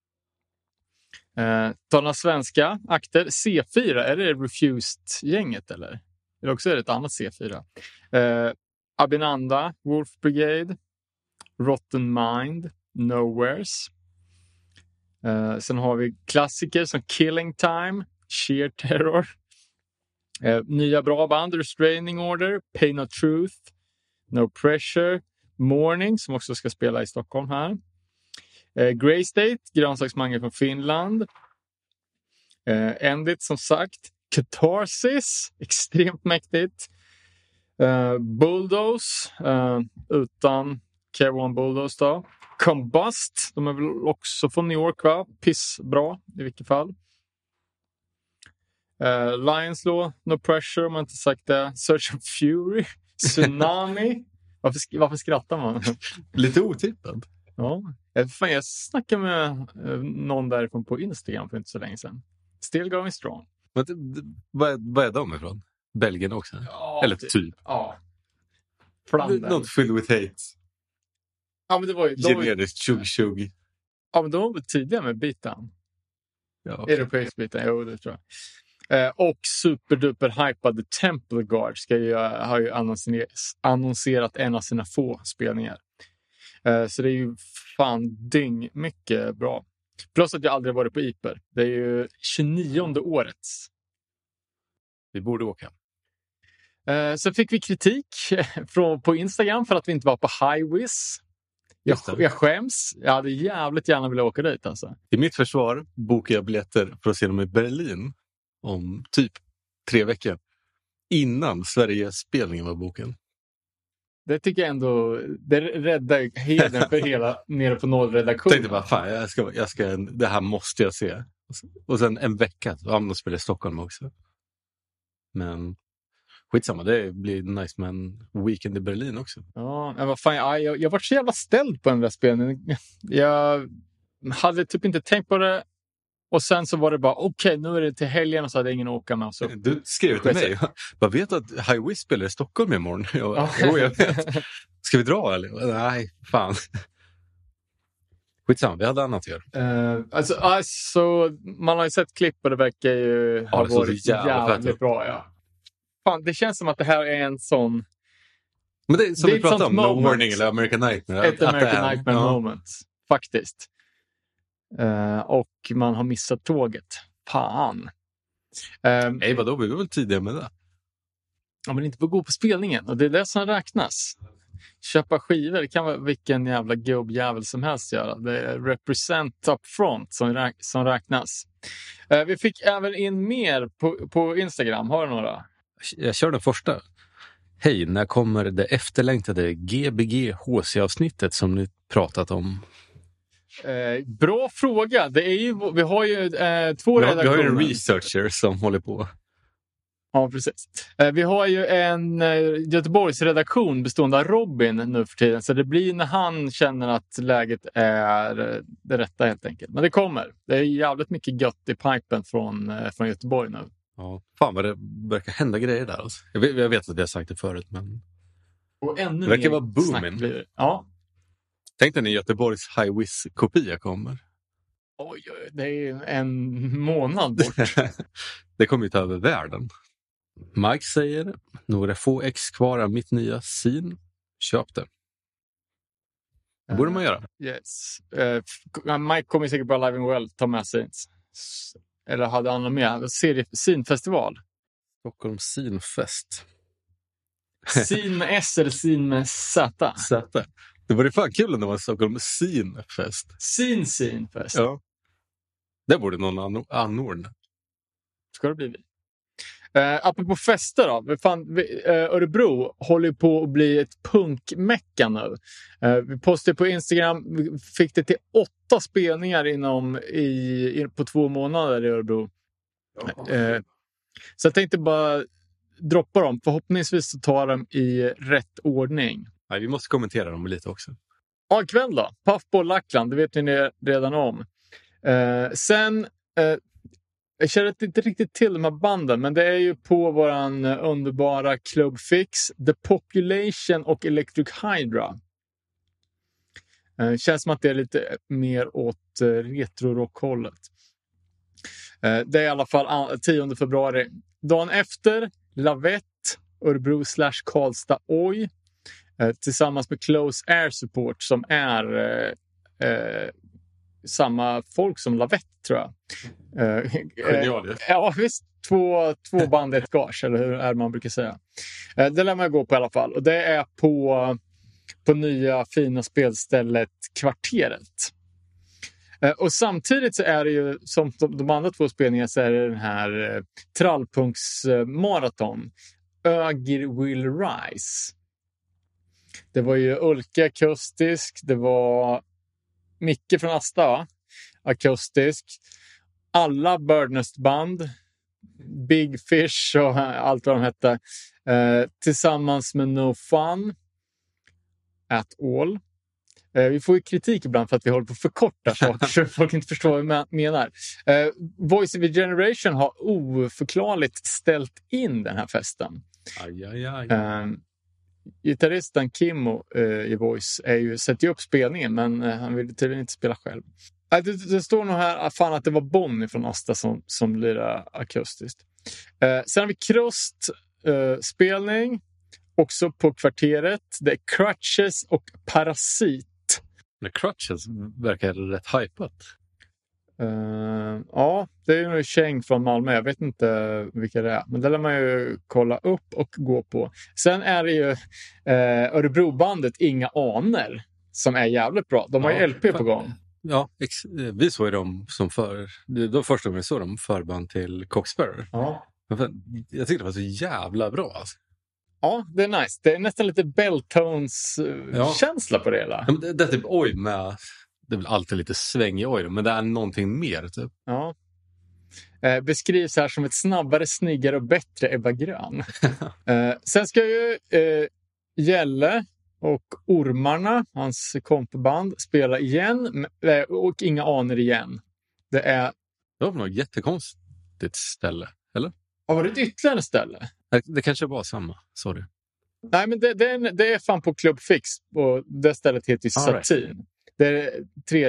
Tala svenska akter. C4, är det Refused-gänget eller? Eller också är det ett annat C4. Abinanda, Wolf Brigade, Rotten Mind, Nowheres. Sen har vi klassiker som Killing Time, Sheer Terror. Nya bra band, Restraining Order, Pain of Truth, No Pressure, Morning som också ska spela i Stockholm här. Grey State, grönsaksmangel från Finland. Endit som sagt. Catharsis, extremt mäktigt. Bulldoze, utan K1 Bulldoze då. Combust, de är väl också från New York va? Pissbra i vilket fall. Lions Law, No Pressure om man inte sagt det. Search of Fury, Tsunami. Varför skrattar man? Lite otippad. Ja, jag snackade med någon därifrån på Instagram för inte så länge sedan. Still going strong. Men vad är de ifrån? Belgien också? Ja, eller typ? Ja. Not filled with hate. Ja, men det var ju... Generiskt tjugg. Ja, men de var väl tidiga med beatdown. Ja, Europeisk beatdown, jo det tror jag. Och superduper hypade Temple Guard har ju annonserat en av sina få spelningar. Så det är ju fan mycket bra. Plus att jag aldrig varit på Iper. Det är ju 29:e årets. Vi borde åka. Så fick vi kritik på Instagram för att vi inte var på Highwiz. Jag skäms. Jag hade jävligt gärna velat åka dit alltså. I mitt försvar bokade jag biljetter för att se dem i Berlin om typ 3 veckor. Innan Sveriges spelningen var boken. Det tycker jag ändå, det räddar hedern för hela nere på nollredaktionen. Jag tänkte bara, fan, det här måste jag se. Och sen en vecka, de spelar i Stockholm också. Men skitsamma, det blir nice med en weekend i Berlin också. Ja, men vad fan, jag var så jävla ställd på den där spelningen. Jag hade typ inte tänkt på det Och sen så var det bara, okej, nu är det till helgen och så hade ingen att åka med. Och så. Du skrev till mig. Jag vet att High Wiz spelar i Stockholm imorgon. Jo, jag vet. Ska vi dra eller? Nej, fan. Skitsamma, vi hade annat att göra. Alltså, man har ju sett klipp och det verkar ju ha varit jävligt bra. Ja. Fan, det känns som att det här är en sån... Men det är som det vi pratade om, moment. No Warning eller American Nightmare. Ett American Nightmare moment, faktiskt. Och man har missat tåget. Fan. Nej, vadå? Vi var väl tidiga med det. Ja, men inte få gå på spelningen. Och det är det som räknas. Köpa skivor, det kan vara vilken jävla gubbjävel som helst göra. Det är represent up front som räknas. Vi fick även in mer på Instagram. Har du några? Jag kör den första. Hej, när kommer det efterlängtade GBG HC-avsnittet som ni pratat om? Bra fråga. Det är ju, vi har ju två redaktioner. Vi har ju en researcher som håller på. Ja, precis. Vi har ju en Göteborgs redaktion bestående av Robin nu för tiden. Så det blir när han känner att läget är det rätta helt enkelt. Men det kommer. Det är jävligt mycket gött i pipen från Göteborg nu. Ja, fan vad det verkar hända grejer där. Alltså. Jag vet att jag har sagt det förut, men... Och ännu det verkar vara booming. Ja. Tänk dig när Göteborgs High Wiz-kopia kommer. Oj, det är en månad bort. Det kommer ju ta över världen. Mike säger, några få ex kvar av mitt nya sin. Köp det. Det borde man göra. Yes. Mike kommer säkert bara Live and Well ta med sig. Eller hade han med? Sinfestival. Stockholm Sinfest. Sin med S eller sin med Z? Z. Det var ju fan kul när det var Stockholm Sinfest. Sinfest. Ja. Det borde någon anordna. Ska det bli vi? Apropå fester då. Örebro håller på att bli ett punkmecka nu. Vi postade på Instagram. Vi fick det till 8 spelningar på 2 månader i Örebro. Så jag tänkte bara droppa dem. Förhoppningsvis så tar dem i rätt ordning. Nej, vi måste kommentera dem lite också. Ja, ikväll då. Puffball Lackland. Det vet ni redan om. Sen... jag känner inte riktigt till de här banden, men det är ju på våran underbara Club Fix, The Population och Electric Hydra. Känns som att det är lite mer åt retro-rockhållet. Det är i alla fall 10 februari. Dagen efter, Lavett, Örebro / Karlstad Oj. Tillsammans med Close Air Support som är samma folk som Lavett, tror jag. Genialiskt. Ja, visst. Två band, ett gage, eller hur är man brukar säga. Det lär man gå på i alla fall. Och det är på nya fina spelstället Kvarteret. Och samtidigt så är det ju, som de andra 2 spelningarna, så är det den här trallpunksmaraton. Ögir Will Rise. Det var ju Ulke akustisk. Det var Micke från Asta akustisk. Alla Birdnest-band, Big Fish och allt vad de hette, tillsammans med No Fun at All. Vi får ju kritik ibland för att vi håller på att förkorta saker så folk inte förstår vad vi menar. Voice of a Generation har oförklarligt ställt in den här festen. Gitarristen Kimmo i Voice sätter ju upp spelningen, men han vill tydligen inte spela själv. Det står nog här fan att det var Bonnie från Asta som lirar akustiskt. Sen har vi Krust spelning också på Kvarteret. Det är Crutches och Parasit. Men Crutches verkar rätt hypat. Ja, det är nog Cheng från Malmö. Jag vet inte vilka det är. Men det lär man ju kolla upp och gå på. Sen är det ju Örebrobandet Inga Aner som är jävligt bra. De har ju LP på gång. Ja, vi såg dem som då första gången vi såg dem förband till Coxbearer. Ja. Jag tyckte det var så jävla bra. Alltså. Ja, det är nice. Det är nästan lite Belltones-känsla på det hela. Ja, det är typ oj med... Det är väl alltid lite sväng i oj, men det är någonting mer typ. Ja. Beskrivs här som ett snabbare, snyggare och bättre Ebba Grön. Sen ska ju Gälle och Ormarna, hans kompband, spela igen och Inga Aner igen. Det är Det var något jättekonstigt ställe, eller? Ja, var det ett ytterligare ställe? Det kanske var samma, sorry. Nej, men det är fan på Club Fix. Och det stället heter ju Satin. Det är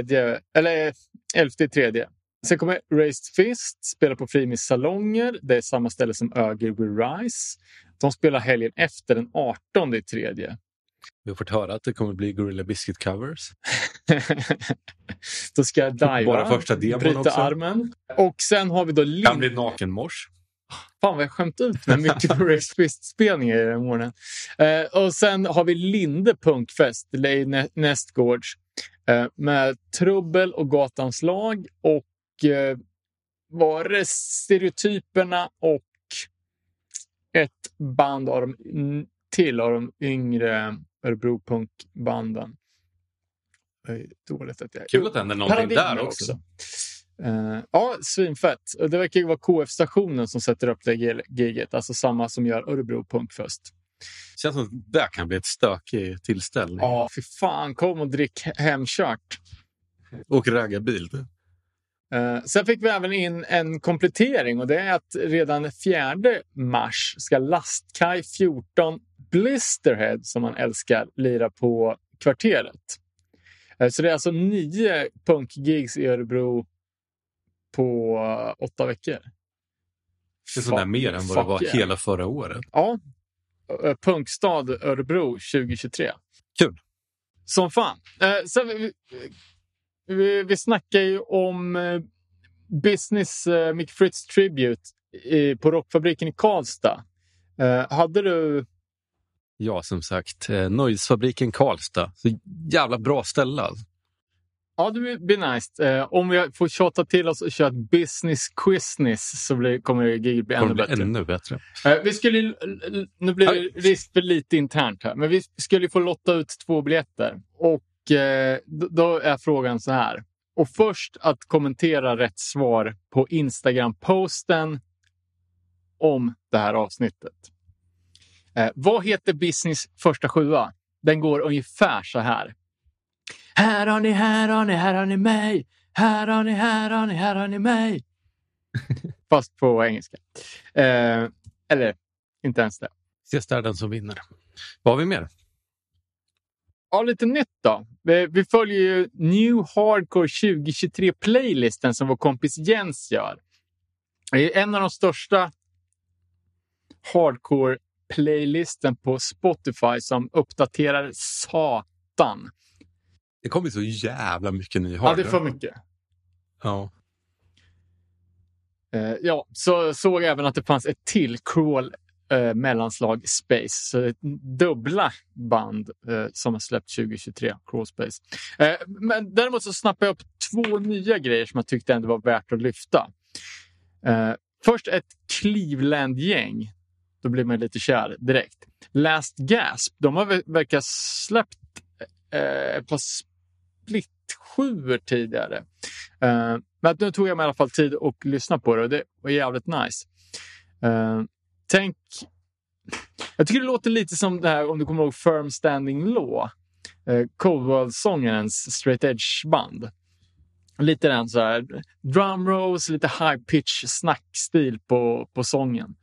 11/3. Sen kommer Raised Fist, spelar på Frimis salonger. Det är samma ställe som Öger with Rise. De spelar helgen efter den 18/3. Vi har fått höra att det kommer bli Gorilla Biscuit covers. Då ska jag diva, bara första demon bryta också. armen. Och sen har vi då Kan bli nakenmors. Fan vad jag skämt ut med mycket på Raised Fist-spelningar i den morgonen. Och sen har vi Linde Punkfest, Lej Nästgårds. Med Trubbel och Gatans lag. Och var det Stereotyperna och ett band av de yngre Örebro-punkbanden. Dåligt att jag... Kul att det händer någonting där också. Ja, svinfett. Det verkar ju vara KF-stationen som sätter upp det giget. Alltså samma som gör Örebro Punkfest. Känns som att det kan bli ett stökig tillställning. Ja, för fan. Kom och drick hemkört. Och ragga bil. Sen fick vi även in en komplettering. Och det är att redan 4 mars ska Lastkaj 14 Blisterhead, som man älskar, lira på Kvarteret. Så det är alltså 9 punkgigs i Örebro på 8 veckor. Det är sådär mer än vad det var hela förra året. Ja. Punkstad Örebro 2023. Kul. Som fan. Sen vi snackar ju om Business Mick Fritz Tribute på Rockfabriken i Karlstad. Hade du... Ja, som sagt. Nöjesfabriken Karlstad. Så jävla bra ställe. Alltså. Ja, det blir nice. Om vi får tjata till oss och köra ett business quizness så kommer giget bli ännu bättre. Vi skulle, nu blir det risk för lite internt här, men vi skulle få lotta ut 2 biljetter. Och då är frågan så här. Och först att kommentera rätt svar på Instagram-posten om det här avsnittet. Vad heter Business första 7? Den går ungefär så här. Här har ni, här har ni, här har ni mig. Här har ni, här har ni, här har ni mig. Fast på engelska. Eller inte ens det. Sist är den som vinner. Vad har vi mer? Ja, lite nytt då. Vi följer ju New Hardcore 2023-playlisten som vår kompis Jens gör. Det är en av de största hardcore-playlisten på Spotify som uppdaterar satan. Det kommer så jävla mycket ny hardcore. Ja, det är för mycket. Ja. Ja, så såg jag även att det fanns ett till Crawl mellanslag Space. Så ett dubbla band som har släppt 2023, Crawl Space. Men däremot så snappade jag upp 2 nya grejer som jag tyckte ändå var värt att lyfta. Först ett Cleveland-gäng. Då blir man lite kär direkt. Last Gasp, de har verkat släppt ett par split-7 tidigare. Men nu tog jag mig i alla fall tid att lyssna på det och det var jävligt nice. Jag tycker det låter lite som det här, om du kommer ihåg Firm Standing Law, Cold World-sångerens straight edge band. Lite den så här drum rolls, lite high pitch snackstil på sången.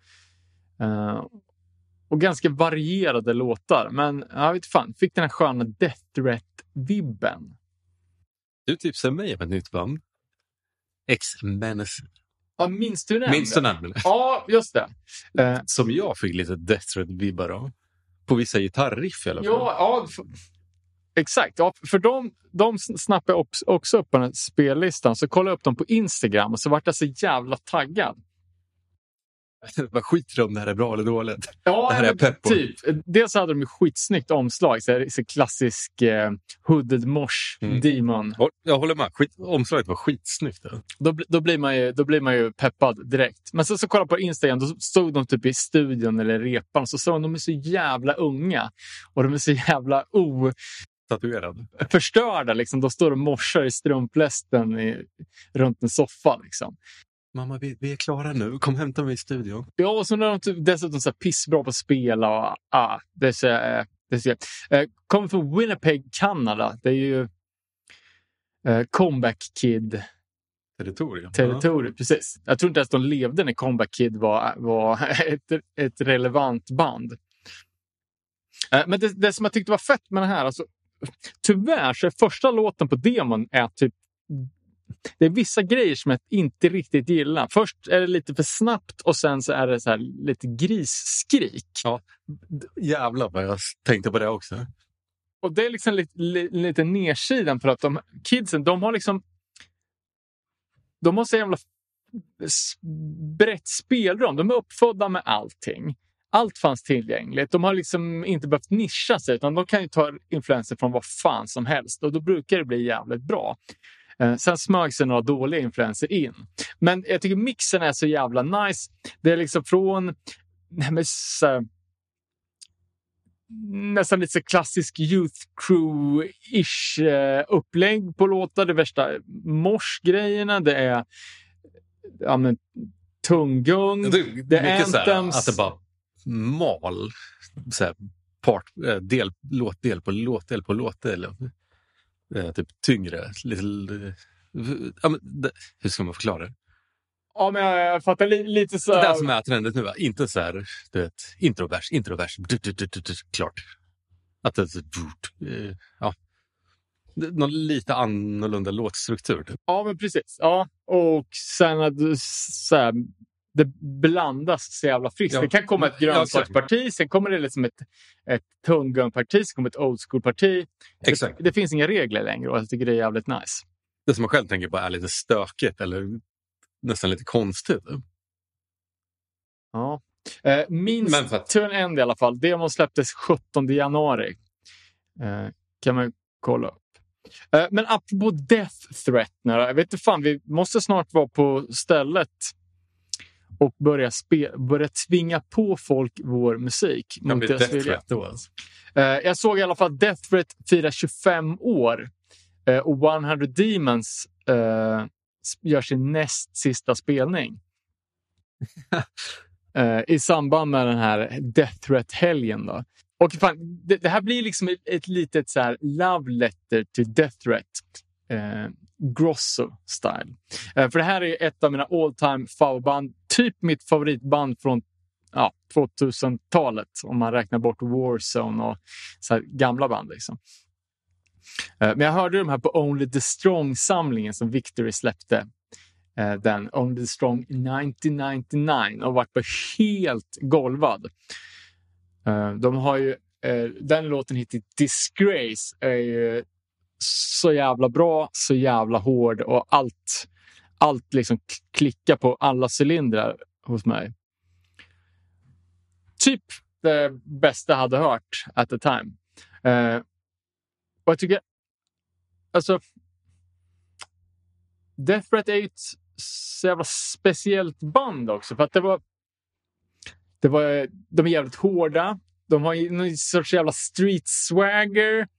Och ganska varierade låtar, men jag vet fan, fick den här sköna Death Threat-vibben. Du tipsade mig om ett nytt band. X-Menace. Ja, minns du den? Minns du den? Ja, just det. Som jag fick lite Death Threat-vibbar av. På vissa gitarriff i alla fall. Ja, exakt. Ja, för de snappade också upp på den här spellistan. Så kollade jag upp dem på Instagram och så vart jag så jävla taggad. Vad skiter om det här är bra eller dåligt? Ja, det här är pepp på. Typ. Dels hade de ju skitsnyggt omslag. Så klassisk hooded mosh demon. Jag håller med. Omslaget var skitsnyggt. Då blir man ju peppad direkt. Men så kolla på Instagram. Då stod de typ i studion eller repan. Så såg de är så jävla unga. Och de är så jävla tatuerad. Förstörda liksom. Då står de och morsar i strumplästen runt en soffa liksom. Mamma, vi är klara nu. Kom hämta mig i studion. Ja, och så när de typ dessutom så pissbra på att spela. Och, kommer från Winnipeg, Kanada. Det är ju Comeback Kid Territorium, precis. Jag tror inte ens de levde när Combat Kid var ett relevant band. Men det som jag tyckte var fett med det här, alltså, tyvärr så är första låten på demon är typ, det är vissa grejer som jag inte riktigt gillar. Först är det lite för snabbt och sen så är det så här lite grisskrik. Ja, jävlar vad jag tänkte på det också. Och det är liksom lite nedsidan för att kidsen, de har så jävla brett spelrum. De är uppfödda med allting. Allt fanns tillgängligt. De har liksom inte behövt nischa sig, utan de kan ju ta influenser från vad fan som helst. Och då brukar det bli jävligt bra. Sen smög sig några dåliga influenser in. Men jag tycker mixen är så jävla nice. Det är liksom från nästan lite så klassisk Youth Crew-ish upplägg på låtar. Det värsta mosh-grejerna. Det är tunggung. Det är anthems. Att det bara mal. Såhär, låtdel på låtdel. Typ tyngre. Hur ska man förklara det? Ja, men jag fattar lite så. Det som är trendigt nu, va? Inte så här, du vet, introvers. Klart. Att det ja. Någon lite annorlunda låtstruktur. Typ. Ja, men precis. Ja, och sen att så här, det blandas så jävla friskt. Ja. Det kan komma ett grönsaksparti, sen kommer det liksom ett tunggungparti, sen kommer ett old school-parti. Exakt. Det finns inga regler längre och jag tycker det är jävligt nice. Det som man själv tänker på är lite stökigt eller nästan lite konstigt. Ja. Minst till en end i alla fall. Demon släpptes 17 januari. Kan man kolla upp. Men apropå Death Threat. Jag vet inte fan, vi måste snart vara på stället och börja tvinga på folk vår musik. Mot Death Threat då alltså. Jag såg i alla fall Death Threat fira 25 år. Och 100 Demons gör sin näst sista spelning. I samband med den här Death Threat-helgen då. Och fan, det här blir liksom ett litet så här love letter till Death Threat. Grosso-style. För det här är ett av mina all-time favoritband. Typ mitt favoritband från 2000-talet. Om man räknar bort Warzone och så här gamla band liksom. Men jag hörde de här på Only the Strong-samlingen som Victory släppte. Den Only the Strong 1999 och varit på helt golvad. De har ju den låten heter Disgrace, är ju så jävla bra, så jävla hård och allt liksom klickar på alla cylindrar hos mig. Typ det bästa jag hade hört at the time. Och jag tycker alltså Death Threat är ett så jävla speciellt band också, för att de är jävligt hårda. De har ju någon sorts jävla street swagger.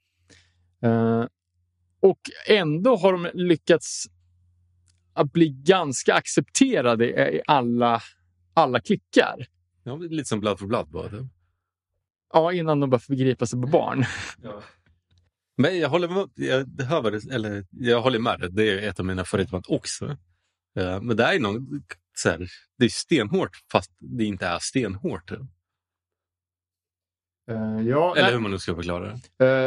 Och ändå har de lyckats att bli ganska accepterade i alla klickar. Ja, lite som Blood for Blood var det. Ja, innan de bara förgripa sig på barn. Ja. Men jag håller med det. Det är ett av mina favoritband också. Men det är någon så här, det är stenhårt fast det inte är stenhårt. Ja, eller hur man nu ska förklara det.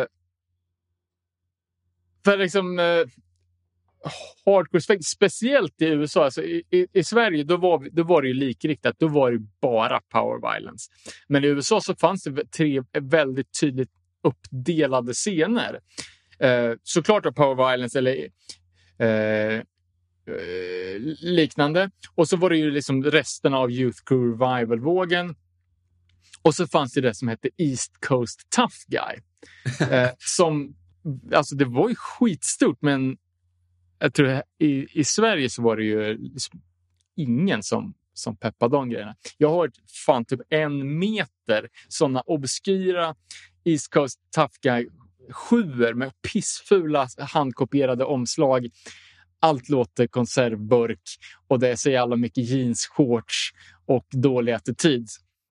För liksom hardcore, speciellt i USA, alltså i Sverige då var det ju likriktat, då var det bara power violence. Men i USA så fanns det 3 väldigt tydligt uppdelade scener. Såklart av power violence eller liknande. Och så var det ju liksom resten av Youth Crew Revival-vågen. Och så fanns det som hette East Coast Tough Guy. Som, alltså det var ju skitstort, men jag tror i Sverige så var det ju liksom ingen som peppade de grejerna. Jag har fan typ 1 meter sådana obskyra East Coast Tough Guy 7 med pissfula handkopierade omslag. Allt låter konservburk och det är så jävla mycket jeansshorts och dålig attityd.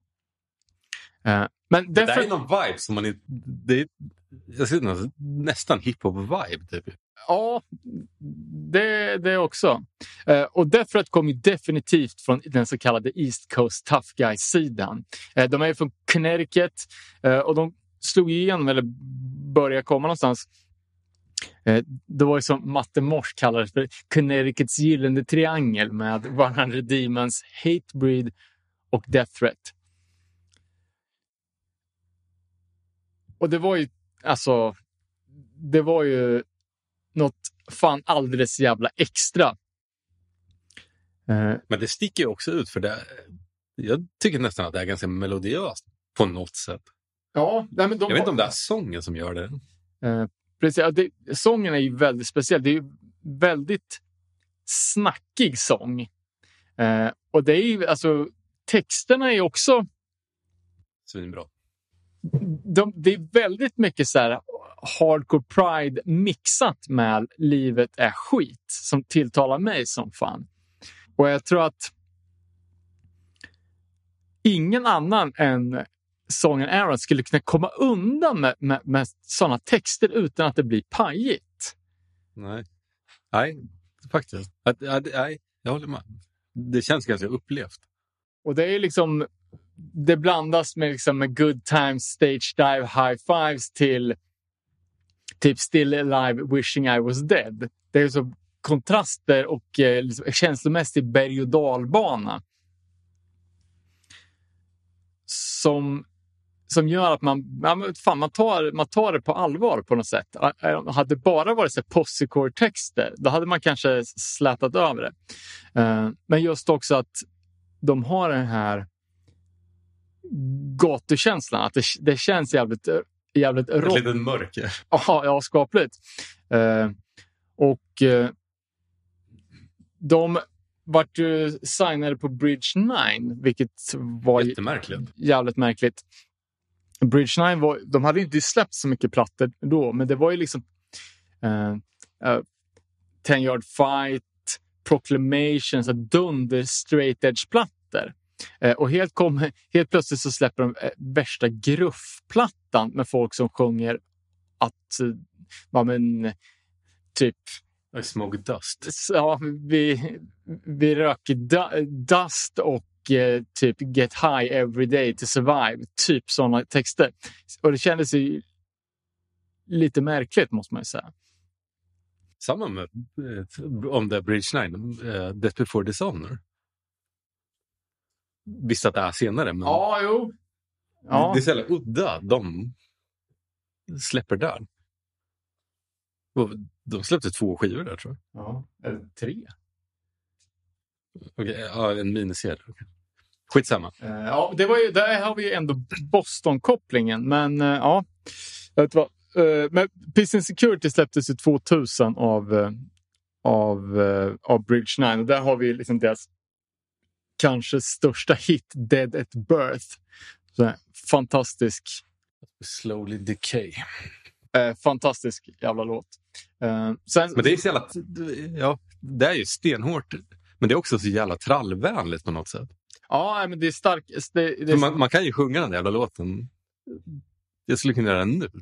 Men det är någon vibe som man inte... Det är nästan hiphop-vibe typ. Ja, det också. Och Death Threat kom ju definitivt från den så kallade East Coast Tough Guys-sidan. De är från Connecticut och de slog igenom, eller började komma någonstans. Det var ju som Matte Mors kallade för Connecticuts gyllene triangel med 100 Demons, Hatebreed och Death Threat. Och det var ju något fan alldeles jävla extra. Men det sticker ju också ut för det. Jag tycker nästan att det är ganska melodiöst på något sätt. Ja, nej, men jag vet inte om det är sången som gör det. Precis, sången är ju väldigt speciell. Det är ju väldigt snackig sång. Och det är ju, alltså, texterna är också svinbra. Det är väldigt mycket så här hardcore pride mixat med livet är skit som tilltalar mig som fan. Och jag tror att ingen annan än sången Aaron skulle kunna komma undan med sådana texter utan att det blir pajigt. Nej, faktiskt. Nej, jag håller med. Det känns ganska upplevt. Och det är liksom, det blandas med, liksom, med good times, stage dive, high fives till typ still alive, wishing I was dead. Det är så kontraster och liksom, känslomässig berg- och dalbana. Som gör att man tar det på allvar på något sätt. Hade det bara varit så possecore-texter, då hade man kanske slätat över det. Men just också att de har den här gatukänslan, att det känns jävligt ett litet mörker. Ja, skapligt. Och de vart ju signade på Bridge 9, vilket var jävligt märkligt. Bridge 9 de hade inte släppt så mycket plattor då, men det var ju liksom 10 Yard Fight, Proclamations, dunder straight edge plattor. Och helt plötsligt så släpper de värsta gruffplattan med folk som sjunger att typ I smoke dust. Ja, vi röker dust och typ get high every day to survive. Typ sådana texter. Och det kändes ju lite märkligt, måste man ju säga. Samma med om The Bridge 9, Death Before Dishonor. Visst att det är senare, men ja, jo. Ja. Det är så jävla udda. De släpper där. De släppte 2 skivor där, tror jag. Ja, eller 3. Okej, ja, en miniserie. Okay. Skitsamma. Ja, där har vi ju ändå Boston-kopplingen. Men ja, vet du vad? Men Peace and Security släpptes ju 2000 av Bridge 9. Och där har vi liksom deras kanske största hit, Dead at Birth. Så, fantastisk. Slowly Decay. Fantastisk jävla låt. Men det är så jävla... Ja, det är ju stenhårt. Men det är också så jävla trallvänligt på något sätt. Ja, men det är starkt. Man kan ju sjunga den jävla låten. Jag skulle kunna göra den nu.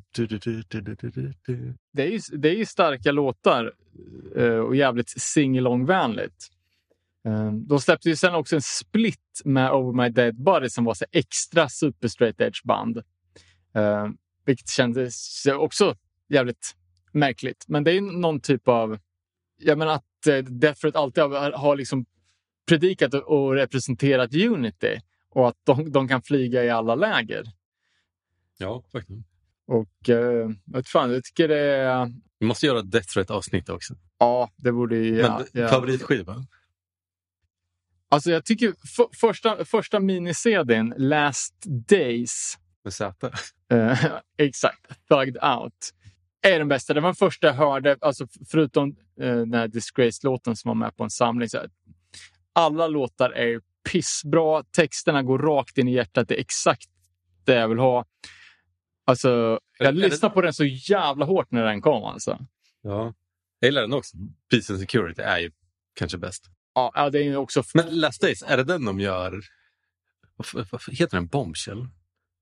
Det är ju starka låtar och jävligt sing-along-vänligt. De släppte ju sen också en split med Over My Dead Body som var så extra super straight edge band. Vilket kändes också jävligt märkligt. Men det är någon typ av... Jag menar att Death Threat alltid har liksom predikat och representerat Unity. Och att de kan flyga i alla läger. Ja, faktiskt. Och jag tycker det är... Vi måste göra ett Death Threat-avsnitt också. Ja, det borde ju... Favoritskiva? Alltså jag tycker första mini-CD:n, Last Days... Med Z. Exakt, Thugged Out. Är den bästa. Det var den första jag hörde, alltså förutom den här Disgrace-låten som var med på en samling. Så här, alla låtar är pissbra. Texterna går rakt in i hjärtat. Det är exakt det jag vill ha. Alltså, jag lyssnade på den så jävla hårt när den kom. Alltså. Ja, jag gillar den också. Peace and Security är ju kanske bäst. Ja, det är ju också... Men Last Days, är det den de gör... Vad heter den? Bombshell?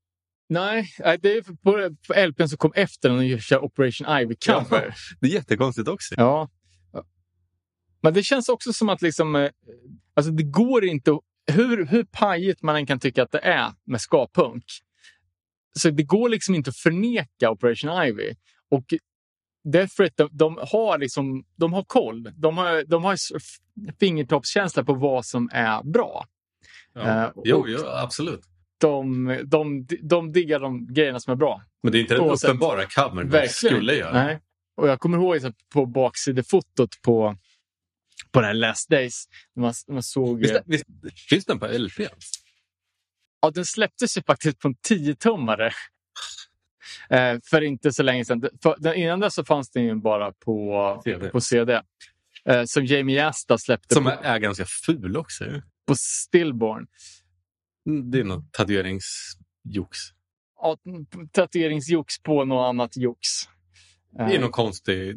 Nej, det är på LPn som kom efter när de kör Operation Ivy cover. Ja, det är jättekonstigt också. Ja. Men det känns också som att liksom, alltså det går inte, hur pajigt man än kan tycka att det är med ska-punk. Så det går liksom inte att förneka Operation Ivy. Och Death Threat, de har koll. De har fingertoppskänsla på vad som är bra. Ja. Jo, absolut. De diggar de grejerna som är bra. Men det är inte den uppenbara covern de skulle göra. Nej. Och jag kommer ihåg på baksidefotot på det här Last Days. Man såg... Visst, finns den på LP? Ja, den släpptes ju faktiskt på en 10-tummare. För inte så länge sedan. Innan dess så fanns den ju bara på CD. Som Jamie Asta släppte. Som är ganska ful också. På Stillborn. Det är något tatueringsjox. Ja, tatueringsjox på något annat jox. Det är något konstigt.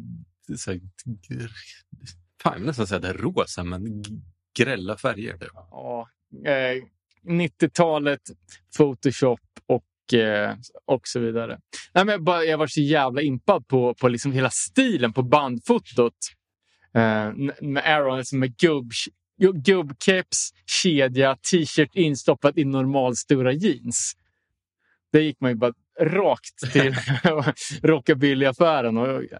Fan, jag nästan säga det är rosa, men grälla färger. Typ. Ja, 90-talet, Photoshop och så vidare. Nej, men jag var så jävla impad på liksom hela stilen på bandfotot. Med Aaron med gubbkeps, kedja, t-shirt instoppat i normal stora jeans. Det gick man ju bara rakt till rockabilly-affären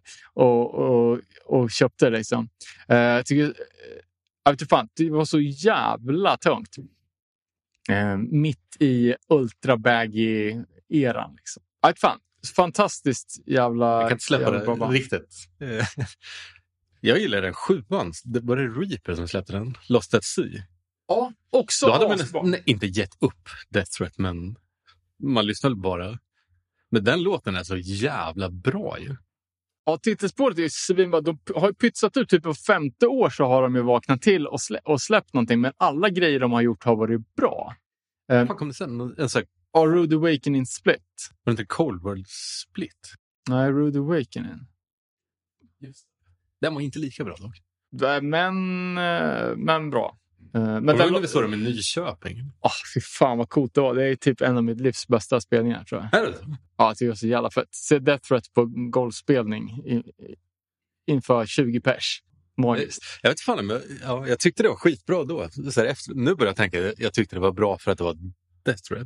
och köpte det liksom. Jag vet inte fan, det var så jävla tungt. Mitt i ultra-baggy-eran liksom. Jag vet fan, fantastiskt jävla... Jag kan inte släppa det riktigt. Jag gillar den 7an. Det var det Reaper som släppte den. Lost at Sea. Ja, också. Då hade man inte gett upp Death Threat, men man lyssnade bara. Men den låten är så jävla bra ju. Ja, titelspåret är ju svinbra. De har ju pytsat ut typ på 50 år så har de ju vaknat till och släppt någonting. Men alla grejer de har gjort har varit bra. Vad kom det sen? En sån här... Rude Awakening Split. Var det inte Cold World Split? Nej, Rude Awakening. Just. Den var inte lika bra dock. Men bra. Men den vi såg dem i Nyköping. Fy fan vad coolt det var. Det är typ en av mitt livs bästa spelningar, tror jag. Är det så? Ja, jag tycker det är så jävla fett. Se Death Threat på golfspelning inför 20 pers. Magiskt. Jag vet fan, men jag tyckte det var skitbra då. Så här, nu börjar jag tänka, jag tyckte det var bra för att det var Death Threat.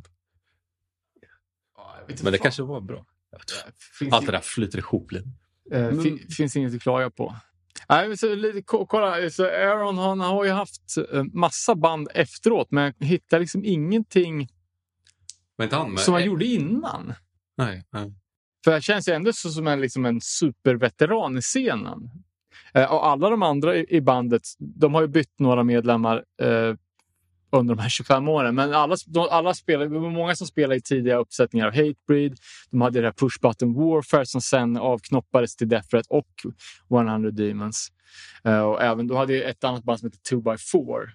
Men det kanske var bra. Allt det där flyter ihop lite. Finns inget att klaga på. Nej, så kolla, så Aaron han har ju haft massa band efteråt, men jag hittar liksom ingenting som han gjorde innan. Nej. För jag känns ju ändå som en superveteran i scenen. Och alla de andra i bandet, de har ju bytt några medlemmar under de här 25 åren. Men alla spelar, det var många som spelade i tidiga uppsättningar av Hatebreed. De hade det här Push Button Warfare som sen avknoppades till Death Threat och 100 Demons. Och även då hade jag ett annat band som heter 2x4.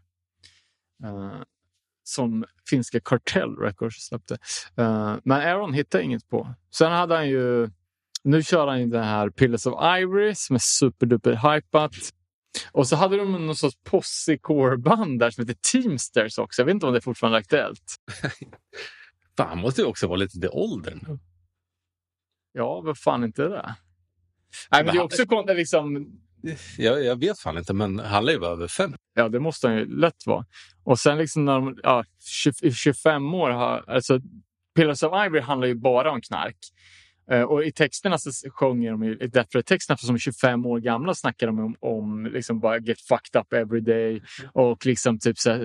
Som finska Cartel Records släppte. Men Aaron hittade inget på. Sen hade han ju, nu kör han ju den här Pillars of Ivory som är superduper hypat. Och så hade de någon sorts posse-core-band där som heter Teamsters också. Jag vet inte om det är fortfarande aktuellt. Fan, måste ju också vara lite till åldern nu. Ja, vad fan inte det? Nej, men det är också liksom... Jag vet fan inte, men han lever över 5. Ja, det måste han ju lätt vara. Och sen liksom när de, 25 år har... Alltså, Pillars of Ivory handlar ju bara om knark. Och i texterna så sjunger de ju, i Death Threat-texterna som är 25 år gamla snackar de om liksom bara get fucked up every day och liksom typ så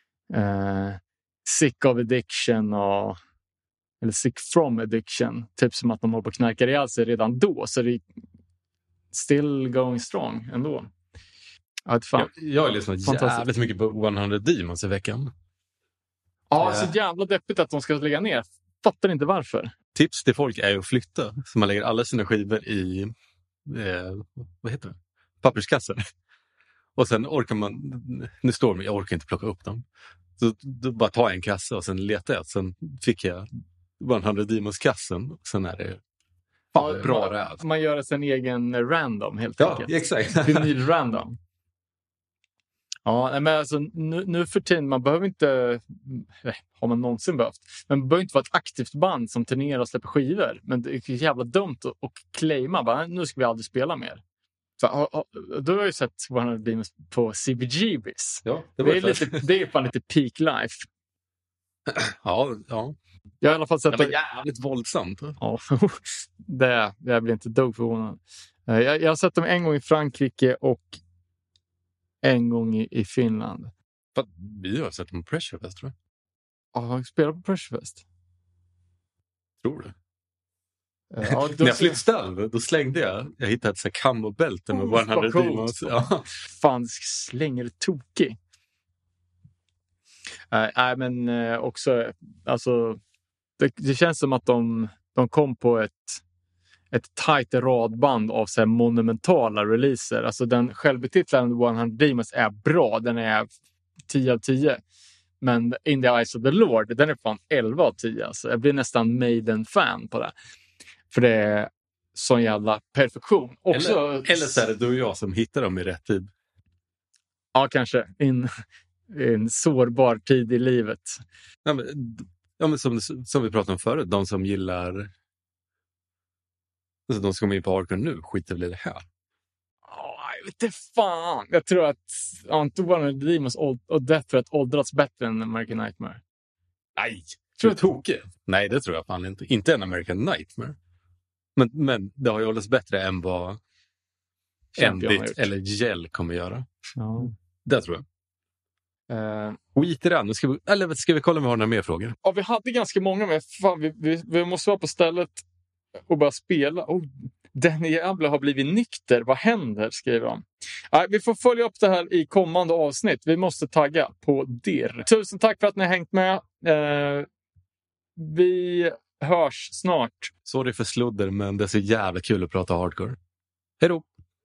sick of addiction eller sick from addiction, typ som att de håller på att knarka ihjäl sig redan då, så det är still going strong ändå. Jag har lyssnat jävligt mycket på 100 Demons i veckan. Ja, så jävla deppigt att de ska lägga ner. Fattar inte varför. Tips till folk är att flytta. Så man lägger alla sina skivor i vad heter det? Papperskassar. Och sen orkar man, nu står de, jag orkar inte plocka upp dem. Så då bara tar jag en kassa och sen letar jag. Sen fick jag 100 Demons-kassen. Sen är det bra räd. Man gör en egen random helt enkelt. Ja, exakt. Vinyl random. Ja, men alltså nu för tiden, man behöver inte, har man någonsin behövt, men man behöver inte vara ett aktivt band som turnerar och släpper skivor. Men det är jävla dumt att claima, bara, nu ska vi aldrig spela mer. Så, då har jag ju sett 100 Demons på CBGBs. Ja, det är fan lite peak life. Ja. Jag har i alla fall sett Ja, men jävligt våldsamt. Ja, det blir inte dugg förvånad. Jag har sett dem en gång i Frankrike och en gång i Finland. Vi har sett dem på Pressure Fest, tror jag. Ja, jag spelar på Pressure Fest. Tror du? Ja, När jag flyttade ställ, då slängde jag hittade ett camo-bälte med 100 Demons. Ja. Fan, slänger det tokig. Nej, men också, alltså, det känns som att de kom på ett tajt radband av så här monumentala releaser. Alltså den självbetitlade 100 Demons är bra. Den är 10 av 10. Men In the Eyes of the Lord, den är fan 11 av 10. Alltså, jag blir nästan Maiden-fan på det. För det är sån jävla perfektion. Också, eller så är det du och jag som hittar dem i rätt tid. Ja, kanske. En sårbar tid i livet. Ja, men som vi pratade om förut, de som gillar... Alltså, de som kommer in på hardcore nu, skiter väl i det här. Jag vet inte fan. Jag tror att Antoine Demons och Death Threat åldrats bättre än American Nightmare. Nej, tror du tokig? Nej, det tror jag fan inte. Inte en American Nightmare. Men det har ju åldrats bättre än vad Endit eller Gel kommer göra. Ja. Det tror jag. Skit i det. Ska vi kolla om vi har några mer frågor? Ja, vi hade ganska många, men fan, vi måste vara på stället och bara spela. Den jävla har blivit nykter. Vad händer, skriver de. Vi får följa upp det här i kommande avsnitt. Vi måste tagga på det. Tusen tack för att ni har hängt med. Vi hörs snart. Sorry för sludder, men det är så jävla kul att prata hardcore. Hej då!